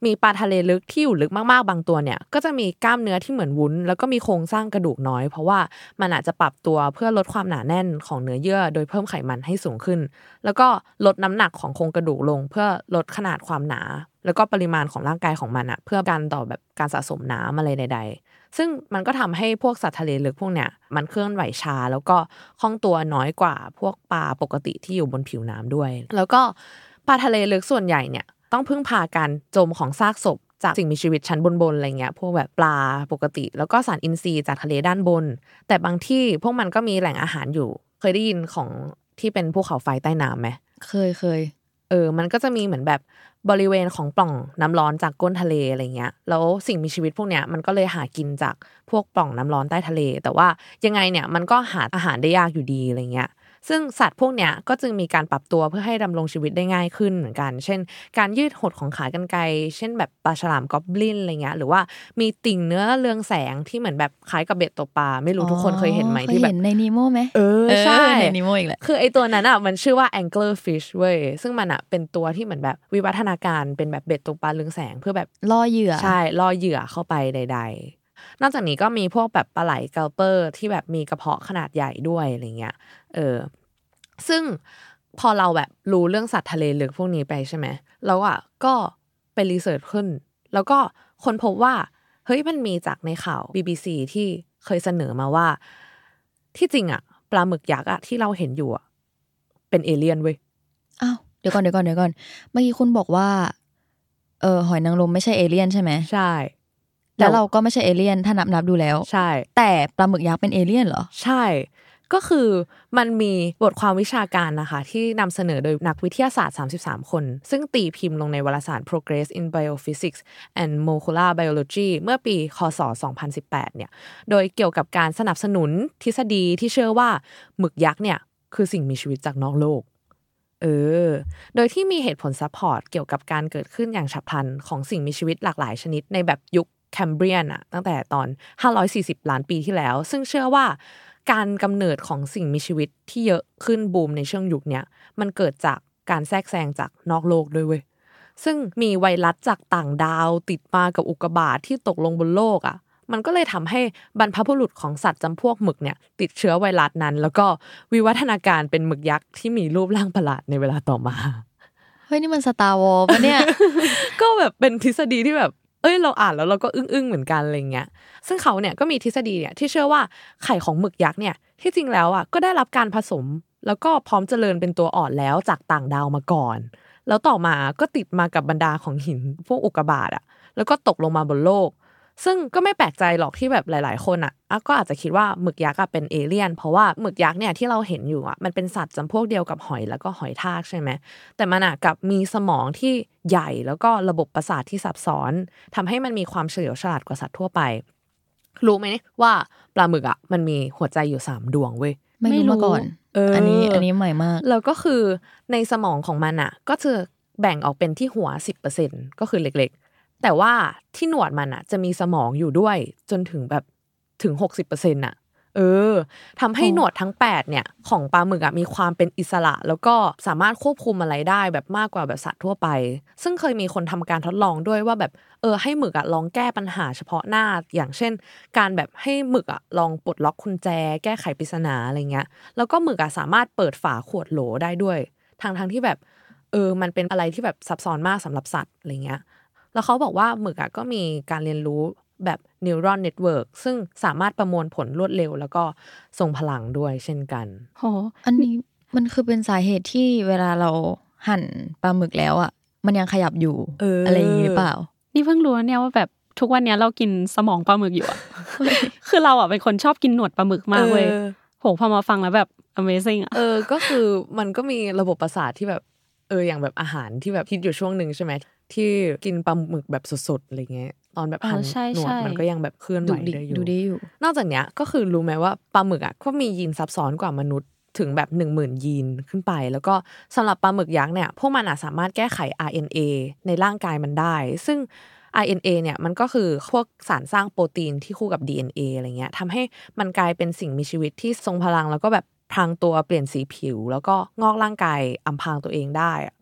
[SPEAKER 4] มีปลาทะเลลึกที่อยู่ลึกมากๆบางตัวเนี่ยก็จะมีกล้ามเนื้อที่เหมือนวุ้นแล้วก็มีโครงสร้างกระดูกน้อยเพราะว่ามันอาจจะปรับตัวเพื่อลดความหนาแน่นของเนื้อเยื่อโดยเพิ่มไขมันให้สูงขึ้นแล้วก็ลดน้ำหนักของโครงกระดูกลงเพื่อลดขนาดความหนาแล้วก็ปริมาณของร่างกายของมันอ่ะเพื่อการต่อแบบการสะสมน้ำอะไรใดๆซึ่งมันก็ทำให้พวกสัตว์ทะเลลึกพวกเนี้ยมันเคลื่อนไหวช้าแล้วก็คล่องตัวน้อยกว่าพวกปลาปกติที่อยู่บนผิวน้ำด้วยแล้วก็ปลาทะเลลึกส่วนใหญ่เนี่ยต้องพึ่งพาการจมของซากศพจากสิ่งมีชีวิตชั้นบนๆอะไรเงี้ยพวกแบบปลาปกติแล้วก็สารอินทรีย์จากทะเลด้านบนแต่บางที่พวกมันก็มีแหล่งอาหารอยู่เคยได้ยินของที่เป็นภูเขาไฟใต้น้ำไหม
[SPEAKER 6] เคยเคย
[SPEAKER 4] เออมันก็จะมีเหมือนแบบบริเวณของปล่องน้ำร้อนจากก้นทะเลอะไรเงี้ยแล้วสิ่งมีชีวิตพวกเนี้ยมันก็เลยหากินจากพวกปล่องน้ำร้อนใต้ทะเลแต่ว่ายังไงเนี่ยมันก็หาอาหารได้ยากอยู่ดีอะไรเงี้ยซึ่งสัตว์พวกเนี้ยก็จึงมีการปรับตัวเพื่อให้ดำรงชีวิตได้ง่ายขึ้นเหมือนกันเช่นการยืดหดของขากรรไกรเช่นแบบปลาฉลามกอบลินอะไรเงี้ยหรือว่ามีติ่งเนื้อเรืองแสงที่เหมือนแบบคล้ายกับเบ็ดตกปลาไม่รู้ทุกคนเคยเห็นไหมที่แบบ
[SPEAKER 6] ในนีโม่ไหม
[SPEAKER 4] เออใช่
[SPEAKER 6] ในนีโม่อีกแหละ
[SPEAKER 4] คือไอตัวนั้นอ่ะมันชื่อว่า anglerfish เว้ยซึ่งมันอ่ะเป็นตัวที่เหมือนแบบวิวัฒนาการเป็นแบบเบ็ดตกปลาเรืองแสงเพื่อแบบ
[SPEAKER 6] ล่อเหยื่อ
[SPEAKER 4] ใช่ล่อเหยื่อเข้าไปใดๆนอกจากนี้ก็มีพวกแบบปลาไหลเกลเปอร์ที่แบบมีกระเพาะขนาดใหญ่ด้วยอะไรเงี้ยเออซึ่งพอเราแบบรู้เรื่องสัตว์ทะเลลึกพวกนี้ไปใช่ไหมแล้วอ่ะก็ไปรีเสิร์ชขึ้นแล้วก็คนพบว่าเฮ้ยมันมีจากในข่าว บี บี ซี ที่เคยเสนอมาว่าที่จริงอ่ะปลาหมึกยักษ์อ่ะที่เราเห็นอยู่อ่ะเป็นเอเลี่ยนเว้ย
[SPEAKER 6] อ้าวเดี๋ยวก่อนเดี๋ยวก่อนเดี๋ยวก่อนเมื่อกี้คุณบอกว่าเออหอยนางรมไม่ใช่เอเลี่ยนใช่ไหม
[SPEAKER 4] ใช่
[SPEAKER 6] แล้วเราก็ไม่ใช่เอเลี่ยนถ้านับนับดูแล้ว
[SPEAKER 4] ใช่
[SPEAKER 6] แต่ปลาหมึกยักษ์เป็นเอเลี่ยนเหรอ
[SPEAKER 4] ใช่ก็คือมันมีบทความวิชาการนะคะที่นำเสนอโดยนักวิทยาศาสตร์สามสิบสามคนซึ่งตีพิมพ์ลงในวารสาร Progress in Biophysics and Molecular Biology เมื่อปีค.ศ. สองพันสิบแปดเนี่ยโดยเกี่ยวกับการสนับสนุนทฤษฎีที่เชื่อว่าหมึกยักษ์เนี่ยคือสิ่งมีชีวิตจากนอกโลกเออโดยที่มีเหตุผลซัพพอร์ตเกี่ยวกับการเกิดขึ้นอย่างฉับพลันของสิ่งมีชีวิตหลากหลายชนิดในแบบยุคแคมเบรียนอะตั้งแต่ตอนห้าร้อยสี่สิบล้านปีที่แล้วซึ่งเชื่อว่าการกำเนิดของสิ่งมีชีวิตที่เยอะขึ้นบูมในช่วงยุคเนี้ยมันเกิดจากการแทรกแซงจากนอกโลกด้วยเว้ยซึ่งมีไวรัสจากต่างดาวติดมากับอุกกาบาตที่ตกลงบนโลกอ่ะมันก็เลยทำให้บรรพบุรุษของสัตว์จำพวกหมึกเนี่ยติดเชื้อไวรัสนั้นแล้วก็วิวัฒนาการเป็นหมึกยักษ์ที่มีรูปร่างประหลาดในเวลาต่อมา
[SPEAKER 6] เฮ้ยนี่มันสตาร์วอร์ปะเนี่ย
[SPEAKER 4] ก็แบบเป็นทฤษฎีที่แบบเอ้ยเราอ่านแล้วเราก็อึ้งๆเหมือนกันอะไรเงี้ยซึ่งเขาเนี่ยก็มีทฤษฎีเนี่ยที่เชื่อว่าไข่ของหมึกยักษ์เนี่ยที่จริงแล้วอ่ะก็ได้รับการผสมแล้วก็พร้อมเจริญเป็นตัวอ่อนแล้วจากต่างดาวมาก่อนแล้วต่อมาก็ติดมากับบรรดาของหินพวกอุกกาบาตอ่ะแล้วก็ตกลงมาบนโลกซึ่งก็ไม่แปลกใจหรอกที่แบบหลายๆคนอ่ะก็อาจจะคิดว่าหมึกยักษ์อ่ะเป็นเอเลี่ยนเพราะว่าหมึกยักษ์เนี่ยที่เราเห็นอยู่อ่ะมันเป็นสัตว์จำพวกเดียวกับหอยแล้วก็หอยทากใช่ไหมแต่มันอ่ะกับมีสมองที่ใหญ่แล้วก็ระบบประสาทที่ซับซ้อนทำให้มันมีความเฉลียวฉลาดกว่าสัตว์ทั่วไปรู้ไหมว่าปลาหมึกอ่ะมันมีหัวใจอยู่สามดวงเว้ย
[SPEAKER 6] ไม่รู้มาก่อนเอออันนี้อันนี้ใหม่มาก
[SPEAKER 4] แล้วก็คือในสมองของมันอ่ะก็จะแบ่งออกเป็นที่หัว สิบเปอร์เซ็นต์ ก็คือเล็กๆแต่ว่าที่หนวดมันอ่ะจะมีสมองอยู่ด้วยจนถึงแบบถึง หกสิบเปอร์เซ็นต์ น่ะเออทำให้หนวดทั้งแปดเนี่ยของปลาหมึกอ่ะมีความเป็นอิสระแล้วก็สามารถควบคุมอะไรได้แบบมากกว่าแบบสัตว์ทั่วไปซึ่งเคยมีคนทำการทดลองด้วยว่าแบบเออให้หมึกอ่ะลองแก้ปัญหาเฉพาะหน้าอย่างเช่นการแบบให้หมึกอ่ะลองปลดล็อกกุญแจแก้ไขปริศนาอะไรเงี้ยแล้วก็หมึกอ่ะสามารถเปิดฝาขวดโหลได้ด้วยทั้งๆที่แบบเออมันเป็นอะไรที่แบบซับซ้อนมากสำหรับสัตว์อะไรเงี้ยแล้วเขาบอกว่าหมึกอ่ะก็มีการเรียนรู้แบบ neural network ซึ่งสามารถประมวลผลรวดเร็วแล้วก็ทรงพลังด้วยเช่นกัน
[SPEAKER 6] โหอันนี้มันคือเป็นสาเหตุที่เวลาเราหั่นปลาหมึกแล้วอ่ะมันยังขยับอยู่ เออ อะไรอย่างนี้หรือเปล่า
[SPEAKER 5] นี่เพิ่งรู้เนี่ยว่าแบบทุกวันนี้เรากินสมองปลาหมึกอยู่อ่ะ คือเราอ่ะเป็นคนชอบกินหนวดปลาหมึกมากเว้ยโหพอมาฟังแล้วแบบ amazing อ่ะ
[SPEAKER 4] เออก็คือมันก็มีระบบประสาทที่แบบเอออย่างแบบอาหารที่แบบคิดอยู่ช่วงนึงใช่ไหมที่กินปลาหมึกแบบสดๆอะไรเงี้ยตอนแบบหั่นหนวดมันก็ยังแบบเคลื่อนไหวได้อยู่
[SPEAKER 6] ดูดีอยู่
[SPEAKER 4] นอกจากเนี้ยก็คือรู้ไหมว่าปลาหมึกอ่ะก็มียีนซับซ้อนกว่ามนุษย์ถึงแบบ หนึ่งหมื่น ยีนขึ้นไปแล้วก็สำหรับปลาหมึกยักษ์เนี่ยพวกมันสามารถแก้ไข อาร์ เอ็น เอ ในร่างกายมันได้ซึ่ง อาร์ เอ็น เอ เนี่ยมันก็คือพวกสารสร้างโปรตีนที่คู่กับ ดี เอ็น เอ อะไรเงี้ยทำให้มันกลายเป็นสิ่งมีชีวิตที่ทรงพลังแล้วก็แบบพรางตัวเปลี่ยนสีผิวแล้วก็งอกร่างกายอำพรางตัวเองได้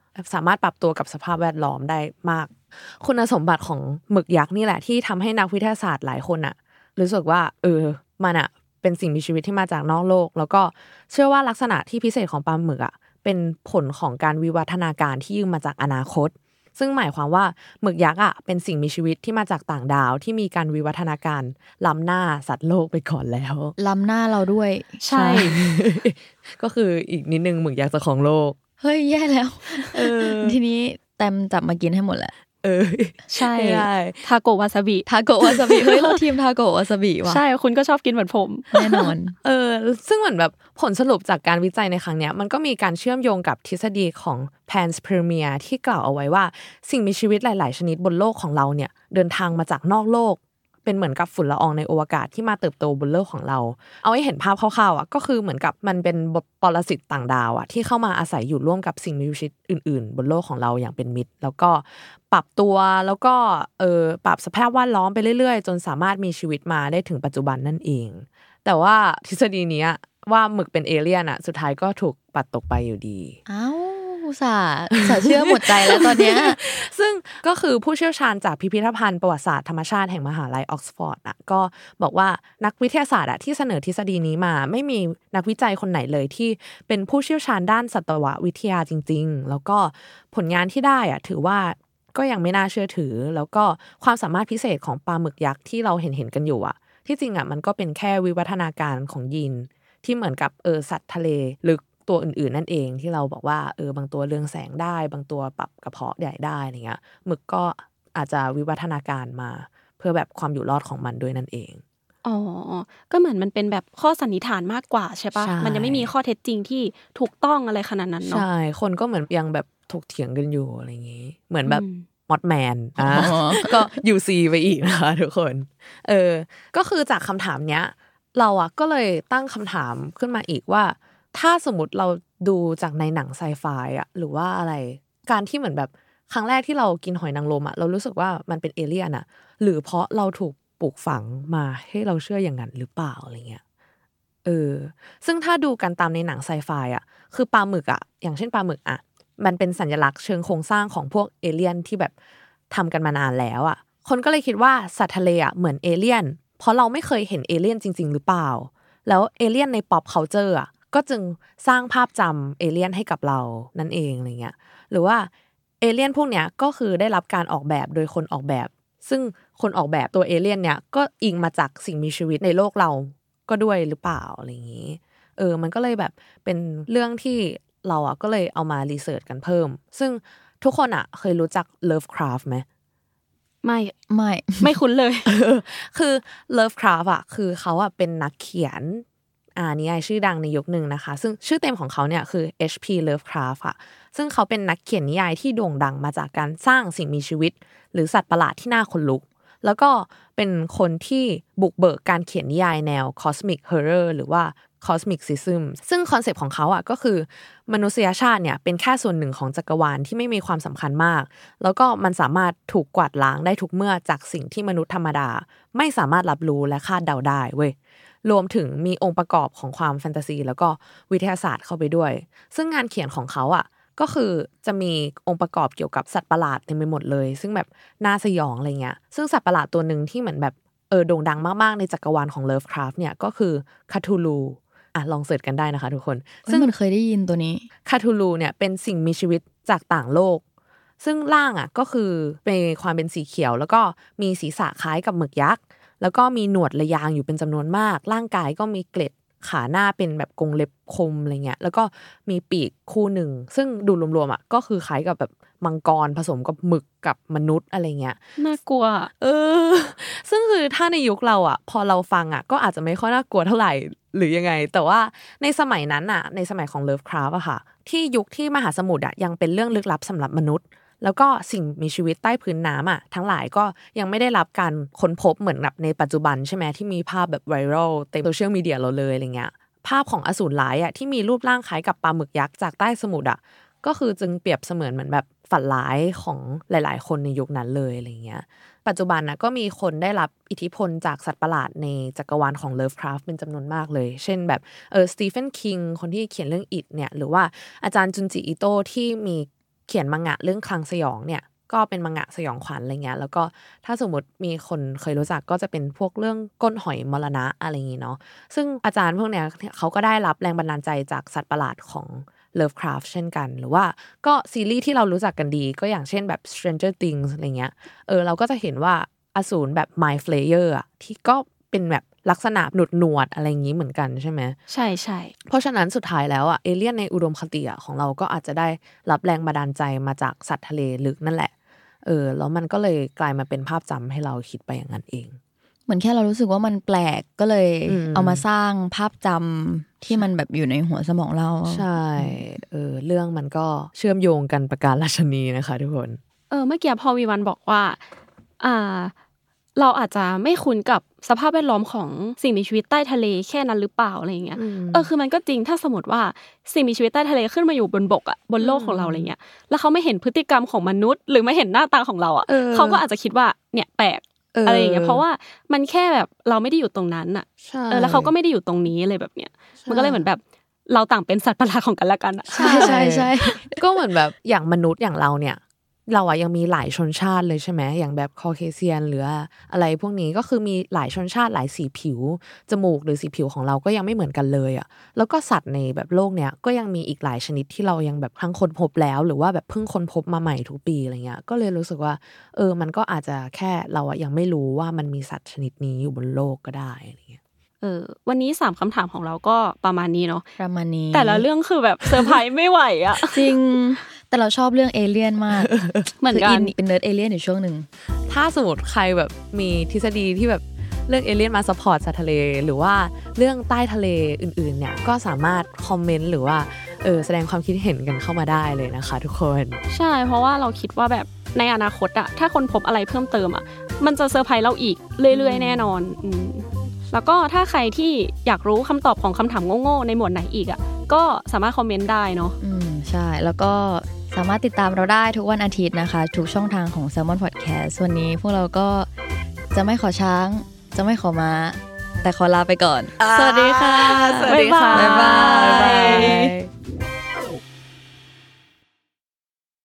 [SPEAKER 4] สามารถปรับตัวกับสภาพแวดล้อมได้มากคุณสมบัติของหมึกยักษ์นี่แหละที่ทำให้นักวิทยาศาสตร์หลายคนอะรู้สึกว่าเออมันอะเป็นสิ่งมีชีวิตที่มาจากนอกโลกแล้วก็เชื่อว่าลักษณะที่พิเศษของปลาหมึกอะเป็นผลของการวิวัฒนาการที่ยืมมาจากอนาคตซึ่งหมายความว่าหมึกยักษ์อ่ะเป็นสิ่งมีชีวิตที่มาจากต่างดาวที่มีการวิวัฒนาการล้ำหน้าสัตว์โลกไปก่อนแล้ว
[SPEAKER 6] ล้ำหน้าเราด้วย
[SPEAKER 5] ใช่
[SPEAKER 4] ก็คืออีกนิดนึงหมึกยักษ์จะของโลก
[SPEAKER 6] เฮ้ยแย่แล้วเออทีนี้แต้มจับมากินให้หมดแหละ
[SPEAKER 4] เออ
[SPEAKER 5] ใช่ทาโกะวาซาบิ
[SPEAKER 6] ทาโกะวาซาบิเฮ้ยเราทีมทาโกะวาซาบิว่ะ
[SPEAKER 5] ใช่คุณก็ชอบกินเหมือนผม
[SPEAKER 6] แน่นอน
[SPEAKER 4] เออซึ่งเหมือนแบบผลสรุปจากการวิจัยในครั้งเนี้ยมันก็มีการเชื่อมโยงกับทฤษฎีของ Panspermia ที่กล่าวเอาไว้ว่าสิ่งมีชีวิตหลายๆชนิดบนโลกของเราเนี่ยเดินทางมาจากนอกโลกเป็นเหมือนกับฝุ่นละอองในอวกาศที่มาเติบโตบนโลกของเราเอาให้เห็นภาพคร่าวๆอ่ะก็คือเหมือนกับมันเป็นปรสิตต่างดาวอ่ะที่เข้ามาอาศัยอยู่ร่วมกับสิ่งมีชีวิตอื่นๆบนโลกของเราอย่างเป็นมิตรแล้วก็ปรับตัวแล้วก็เออปรับสภาพแวดล้อมไปเรื่อยๆจนสามารถมีชีวิตมาได้ถึงปัจจุบันนั่นเองแต่ว่าทฤษฎีนี้ว่าหมึกเป็นเอเลี่ยนอ่ะสุดท้ายก็ถูกปัดตกไปอยู่ดี
[SPEAKER 6] อ้าวสาสาเชื่อหมดใจแล้วตอนเนี้ย
[SPEAKER 4] ซึ่งก็คือผู้เชี่ยวชาญจากพิพิธภัณฑ์ประวัติศาสตร์ธรรมชาติแห่งมหาลัยออกซฟอร์ดอ่ะก็บอกว่านักวิทยาศาสตร์อ่ะที่เสนอทฤษฎีนี้มาไม่มีนักวิจัยคนไหนเลยที่เป็นผู้เชี่ยวชาญด้านสัตววิทยาจริงๆแล้วก็ผลงานที่ได้อ่ะถือว่าก็ยังไม่น่าเชื่อถือแล้วก็ความสามารถพิเศษของปลาหมึกยักษ์ที่เราเห็นเห็นกันอยู่อ่ะที่จริงอ่ะมันก็เป็นแค่วิวัฒนาการของยีนที่เหมือนกับเออสัตว์ทะเลลึกตัวอื่นๆนั่นเองที่เราบอกว่าเออบางตัวเรืองแสงได้บางตัวปรับกระเพาะใหญ่ได้อะไรเงี้ยหมึกก็อาจจะวิวัฒนาการมาเพื่อแบบความอยู่รอดของมันด้วยนั่นเอง
[SPEAKER 5] อ๋อก็เหมือนมันเป็นแบบข้อสันนิษฐานมากกว่าใช่ปะมันยังไม่มีข้อเท็จจริงที่ถูกต้องอะไรขนาดนั้นเนาะ
[SPEAKER 4] ใช่คนก็เหมือนยังแบบถกเถียงกันอยู่อะไรอย่างงี้เหมือนแบบมอดแมนอ่ะก็ ยู ซี ไปอีกนะคะทุกคนเออก็คือจากคำถามเนี้ยเราอ่ะก็เลยตั้งคำถามขึ้นมาอีกว่าถ้าสมมติเราดูจากในหนังไซไฟอ่ะหรือว่าอะไรการที่เหมือนแบบครั้งแรกที่เรากินหอยนางรมอ่ะเรารู้สึกว่ามันเป็นเอเลี่ยนอ่ะหรือเพราะเราถูกปลูกฝังมาให้เราเชื่ออย่างนั้นหรือเปล่าอะไรเงี้ยเออซึ่งถ้าดูกันตามในหนังไซไฟอ่ะคือปลาหมึกอ่ะอย่างเช่นปลาหมึกอ่ะมันเป็นสัญลักษณ์เชิงโครงสร้างของพวกเอเลี่ยนที่แบบทำกันมานานแล้วอ่ะคนก็เลยคิดว่าสัตว์ทะเลอ่ะเหมือนเอเลี่ยนเพราะเราไม่เคยเห็นเอเลี่ยนจริงๆหรือเปล่าแล้วเอเลี่ยนใน pop culture อ่ะก็จึงสร้างภาพจำเอเลี่ยนให้กับเรานั่นเองอะไรเงี้ยหรือว่าเอเลี่ยนพวกเนี้ยก็คือได้รับการออกแบบโดยคนออกแบบซึ่งคนออกแบบตัวเอเลี่ยนเนี้ยก็อิงมาจากสิ่งมีชีวิตในโลกเราก็ด้วยหรือเปล่าอะไรอย่างงี้เออมันก็เลยแบบเป็นเรื่องที่เราอ่ะก็เลยเอามารีเสิร์ชกันเพิ่มซึ่งทุกคนอ่ะเคยรู้จัก Lovecraft ไหม
[SPEAKER 5] ไม่
[SPEAKER 6] ไม่
[SPEAKER 5] ไม่คุ้นเลย
[SPEAKER 4] คือ Lovecraft อ่ะคือเขาอ่ะเป็นนักเขียนอ่านิยายชื่อดังในยุคนึงนะคะซึ่งชื่อเต็มของเขาเนี่ยคือ เอช พี Lovecraft ค่ะซึ่งเขาเป็นนักเขียนนิยายที่โด่งดังมาจากการสร้างสิ่งมีชีวิตหรือสัตว์ประหลาดที่น่าขนลุกแล้วก็เป็นคนที่บุกเบิกการเขียนนิยายแนว Cosmic Horror หรือว่า Cosmicism ซึ่งคอนเซปต์ของเขาอ่ะก็คือมนุษยชาติเนี่ยเป็นแค่ส่วนหนึ่งของจักรวาลที่ไม่มีความสำคัญมากแล้วก็มันสามารถถูกกวาดล้างได้ทุกเมื่อจากสิ่งที่มนุษย์ธรรมดาไม่สามารถรับรู้และคาดเดาได้เว้ยรวมถึงมีองค์ประกอบของความแฟนตาซีแล้วก็วิทยาศาสตร์เข้าไปด้วยซึ่งงานเขียนของเขาอ่ะก็คือจะมีองค์ประกอบเกี่ยวกับสัตว์ประหลาดเต็มไปหมดเลยซึ่งแบบน่าสยองอะไรเงี้ยซึ่งสัตว์ประหลาดตัวนึงที่เหมือนแบบเออโด่งดังมากๆในจักรวาลของ Lovecraft เนี่ยก็คือคาทูลูอ่ะลองเสิร์ชกันได้นะคะทุกคน
[SPEAKER 6] ซึ่งมันเคยได้ยินตัวนี้
[SPEAKER 4] คาทูลูเนี่ยเป็นสิ่งมีชีวิตจากต่างโลกซึ่งร่างอ่ะก็คือเป็นความเป็นสีเขียวแล้วก็มีศีรษะคล้ายกับหมึกยักษ์แล้วก็มีหนวดระยางอยู่เป็นจำนวนมากร่างกายก็มีเกล็ดขาหน้าเป็นแบบกรงเล็บคมอะไรเงี้ยแล้วก็มีปีกคู่หนึ่งซึ่งดูรวมๆอ่ะก็คือคล้ายกับแบบมังกรผสมกับหมึกกับมนุษย์อะไรเงี้ย
[SPEAKER 5] น่ากลัว
[SPEAKER 4] เออซึ่งคือถ้าในยุคเราอ่ะพอเราฟังอ่ะก็อาจจะไม่ค่อยน่ากลัวเท่าไหร่หรือยังไงแต่ว่าในสมัยนั้นอ่ะในสมัยของ Lovecraft อ่ะค่ะที่ยุคที่มหาสมุทรอ่ะยังเป็นเรื่องลึกลับสำหรับมนุษย์แล้วก็สิ่งมีชีวิตใต้พื้นน้ำอ่ะทั้งหลายก็ยังไม่ได้รับการค้นพบเหมือนแบบในปัจจุบันใช่ไหมที่มีภาพแบบไวรัลเต็มโซเชียลมีเดียเราเลยอะไรเงี้ยภาพของอสูรร้ายอ่ะที่มีรูปร่างคล้ายกับปลาหมึกยักษ์จากใต้สมุทรอ่ะก็คือจึงเปรียบเสมือนเหมือนแบบฝันร้ายของหลายๆคนในยุคนั้นเลยอะไรเงี้ยปัจจุบันนะก็มีคนได้รับอิทธิพลจากสัตว์ประหลาดในจักรวาลของ Lovecraft เป็นจำนวนมากเลยเช่นแบบเออสตีเฟนคิงคนที่เขียนเรื่อง It เนี่ยหรือว่าอาจารย์จุนจิอิโตะที่มีเขียนมังงะเรื่องคลังสยองเนี่ยก็เป็นมังงะสยองขวัญอะไรเงี้ยแล้วก็ถ้าสมมติมีคนเคยรู้จักก็จะเป็นพวกเรื่องก้นหอยมรณะอะไรอย่างงี้เนาะซึ่งอาจารย์พวกเนี้ยเขาก็ได้รับแรงบันดาลใจจากสัตว์ประหลาดของ Lovecraft เช่นกันหรือว่าก็ซีรีส์ที่เรารู้จักกันดีก็อย่างเช่นแบบ Stranger Things อะไรเงี้ยเออเราก็จะเห็นว่าอสูรแบบ Mind Flayer อ่ะที่ก็เป็นแบบลักษณะหนวดหนวดอะไรอย่างนี้เหมือนกันใช่ไหม
[SPEAKER 5] ใช่ใช่
[SPEAKER 4] เพราะฉะนั้นสุดท้ายแล้วอ่ะเอเลี่ยนในอุดมคติอ่ะของเราก็อาจจะได้รับแรงบันดาลใจมาจากสัตว์ทะเลลึกนั่นแหละเออแล้วมันก็เลยกลายมาเป็นภาพจำให้เราคิดไปอย่างนั้นเอง
[SPEAKER 6] เหมือนแค่เรารู้สึกว่ามันแปลกก็เลยเอามาสร้างภาพจำที่มันแบบอยู่ในหัวสมองเรา
[SPEAKER 4] ใช่เออเรื่องมันก็เชื่อมโยงกันประการราชนีนะคะทุกคน
[SPEAKER 5] เออเมื่อกี้พอวีวันบอกว่าอ่าเราอาจจะไม่คุ้นกับสภาพแวดล้อมของสิ่งมีชีวิตใต้ทะเลแค่นั้นหรือเปล่าอะไรเงี้ยเออคือมันก็จริงถ้าสมมติว่าสิ่งมีชีวิตใต้ทะเลขึ้นมาอยู่บนบกอ่ะบนโลกของเราอะไรเงี้ยแล้วเขาไม่เห็นพฤติกรรมของมนุษย์หรือไม่เห็นหน้าตาของเราอ่ะเขาก็อาจจะคิดว่าเนี่ยแปลกอะไรอย่างเงี้ยเพราะว่ามันแค่แบบเราไม่ได้อยู่ตรงนั้นอ่ะเออแล้วเขาก็ไม่ได้อยู่ตรงนี้อะไรแบบเนี้ยมันก็เลยเหมือนแบบเราต่างเป็นสัตว์ประหลาดของกันและกันอ่ะ
[SPEAKER 4] ใช่ใช่ใช่ก็เหมือนแบบอย่างมนุษย์อย่างเราเนี่ยเราอะยังมีหลายชนชาติเลยใช่ไหมอย่างแบบคอเคเซียนหรืออะไรพวกนี้ก็คือมีหลายชนชาติหลายสีผิวจมูกหรือสีผิวของเราก็ยังไม่เหมือนกันเลยอะแล้วก็สัตว์ในแบบโลกเนี้ยก็ยังมีอีกหลายชนิดที่เรายังแบบทั้งค้นพบแล้วหรือว่าแบบเพิ่งค้นพบมาใหม่ทุกปีอะไรเงี้ยก็เลยรู้สึกว่าเออมันก็อาจจะแค่เราอะยังไม่รู้ว่ามันมีสัตว์ชนิดนี้อยู่บนโลกก็ได้อะไรเงี้ย
[SPEAKER 5] เออวันนี้สามคำถามของเราก็ประมาณนี้เนาะ
[SPEAKER 6] ประมาณนี้
[SPEAKER 5] แต่ละเรื่องคือแบบเซอร์ไพรส์ไม่ไหวอ่ะ
[SPEAKER 6] จริงแต่เราชอบเรื่องเอเลี่ยนมาก
[SPEAKER 5] เหมือนกัน
[SPEAKER 6] เป็นเนิร์ดเอเลี่ยนอยู่ช่วงนึง
[SPEAKER 4] ถ้าสมมติใครแบบมีทฤษฎีที่แบบเรื่องเอเลี่ยนมาซัพพอร์ตสัตว์ทะเลหรือว่าเรื่องใต้ทะเลอื่นๆเนี่ยก็สามารถคอมเมนต์หรือว่าเออแสดงความคิดเห็นกันเข้ามาได้เลยนะคะทุกคน
[SPEAKER 5] ใช่เพราะว่าเราคิดว่าแบบในอนาคตอะถ้าคนพบอะไรเพิ่มเติมอะมันจะเซอร์ไพรส์เราอีกเรื่อยๆแน่นอนอืมแล้วก็ถ้าใครที่อยากรู้คำตอบของคำถามโง่ๆในหมวดไหนอีกอ่ะก็สามารถคอมเมนต์ได้เนาะ
[SPEAKER 6] อืมใช่แล้วก็สามารถติดตามเราได้ทุกวันอาทิตย์นะคะทุกช่องทางของ Salmon Podcast วันนี้พวกเราก็จะไม่ขอช้างจะไม่ขอม้าแต่ขอลาไปก่อน
[SPEAKER 5] สวัสดีค่ะ
[SPEAKER 4] สวัสดีค่ะบ๊ายบาย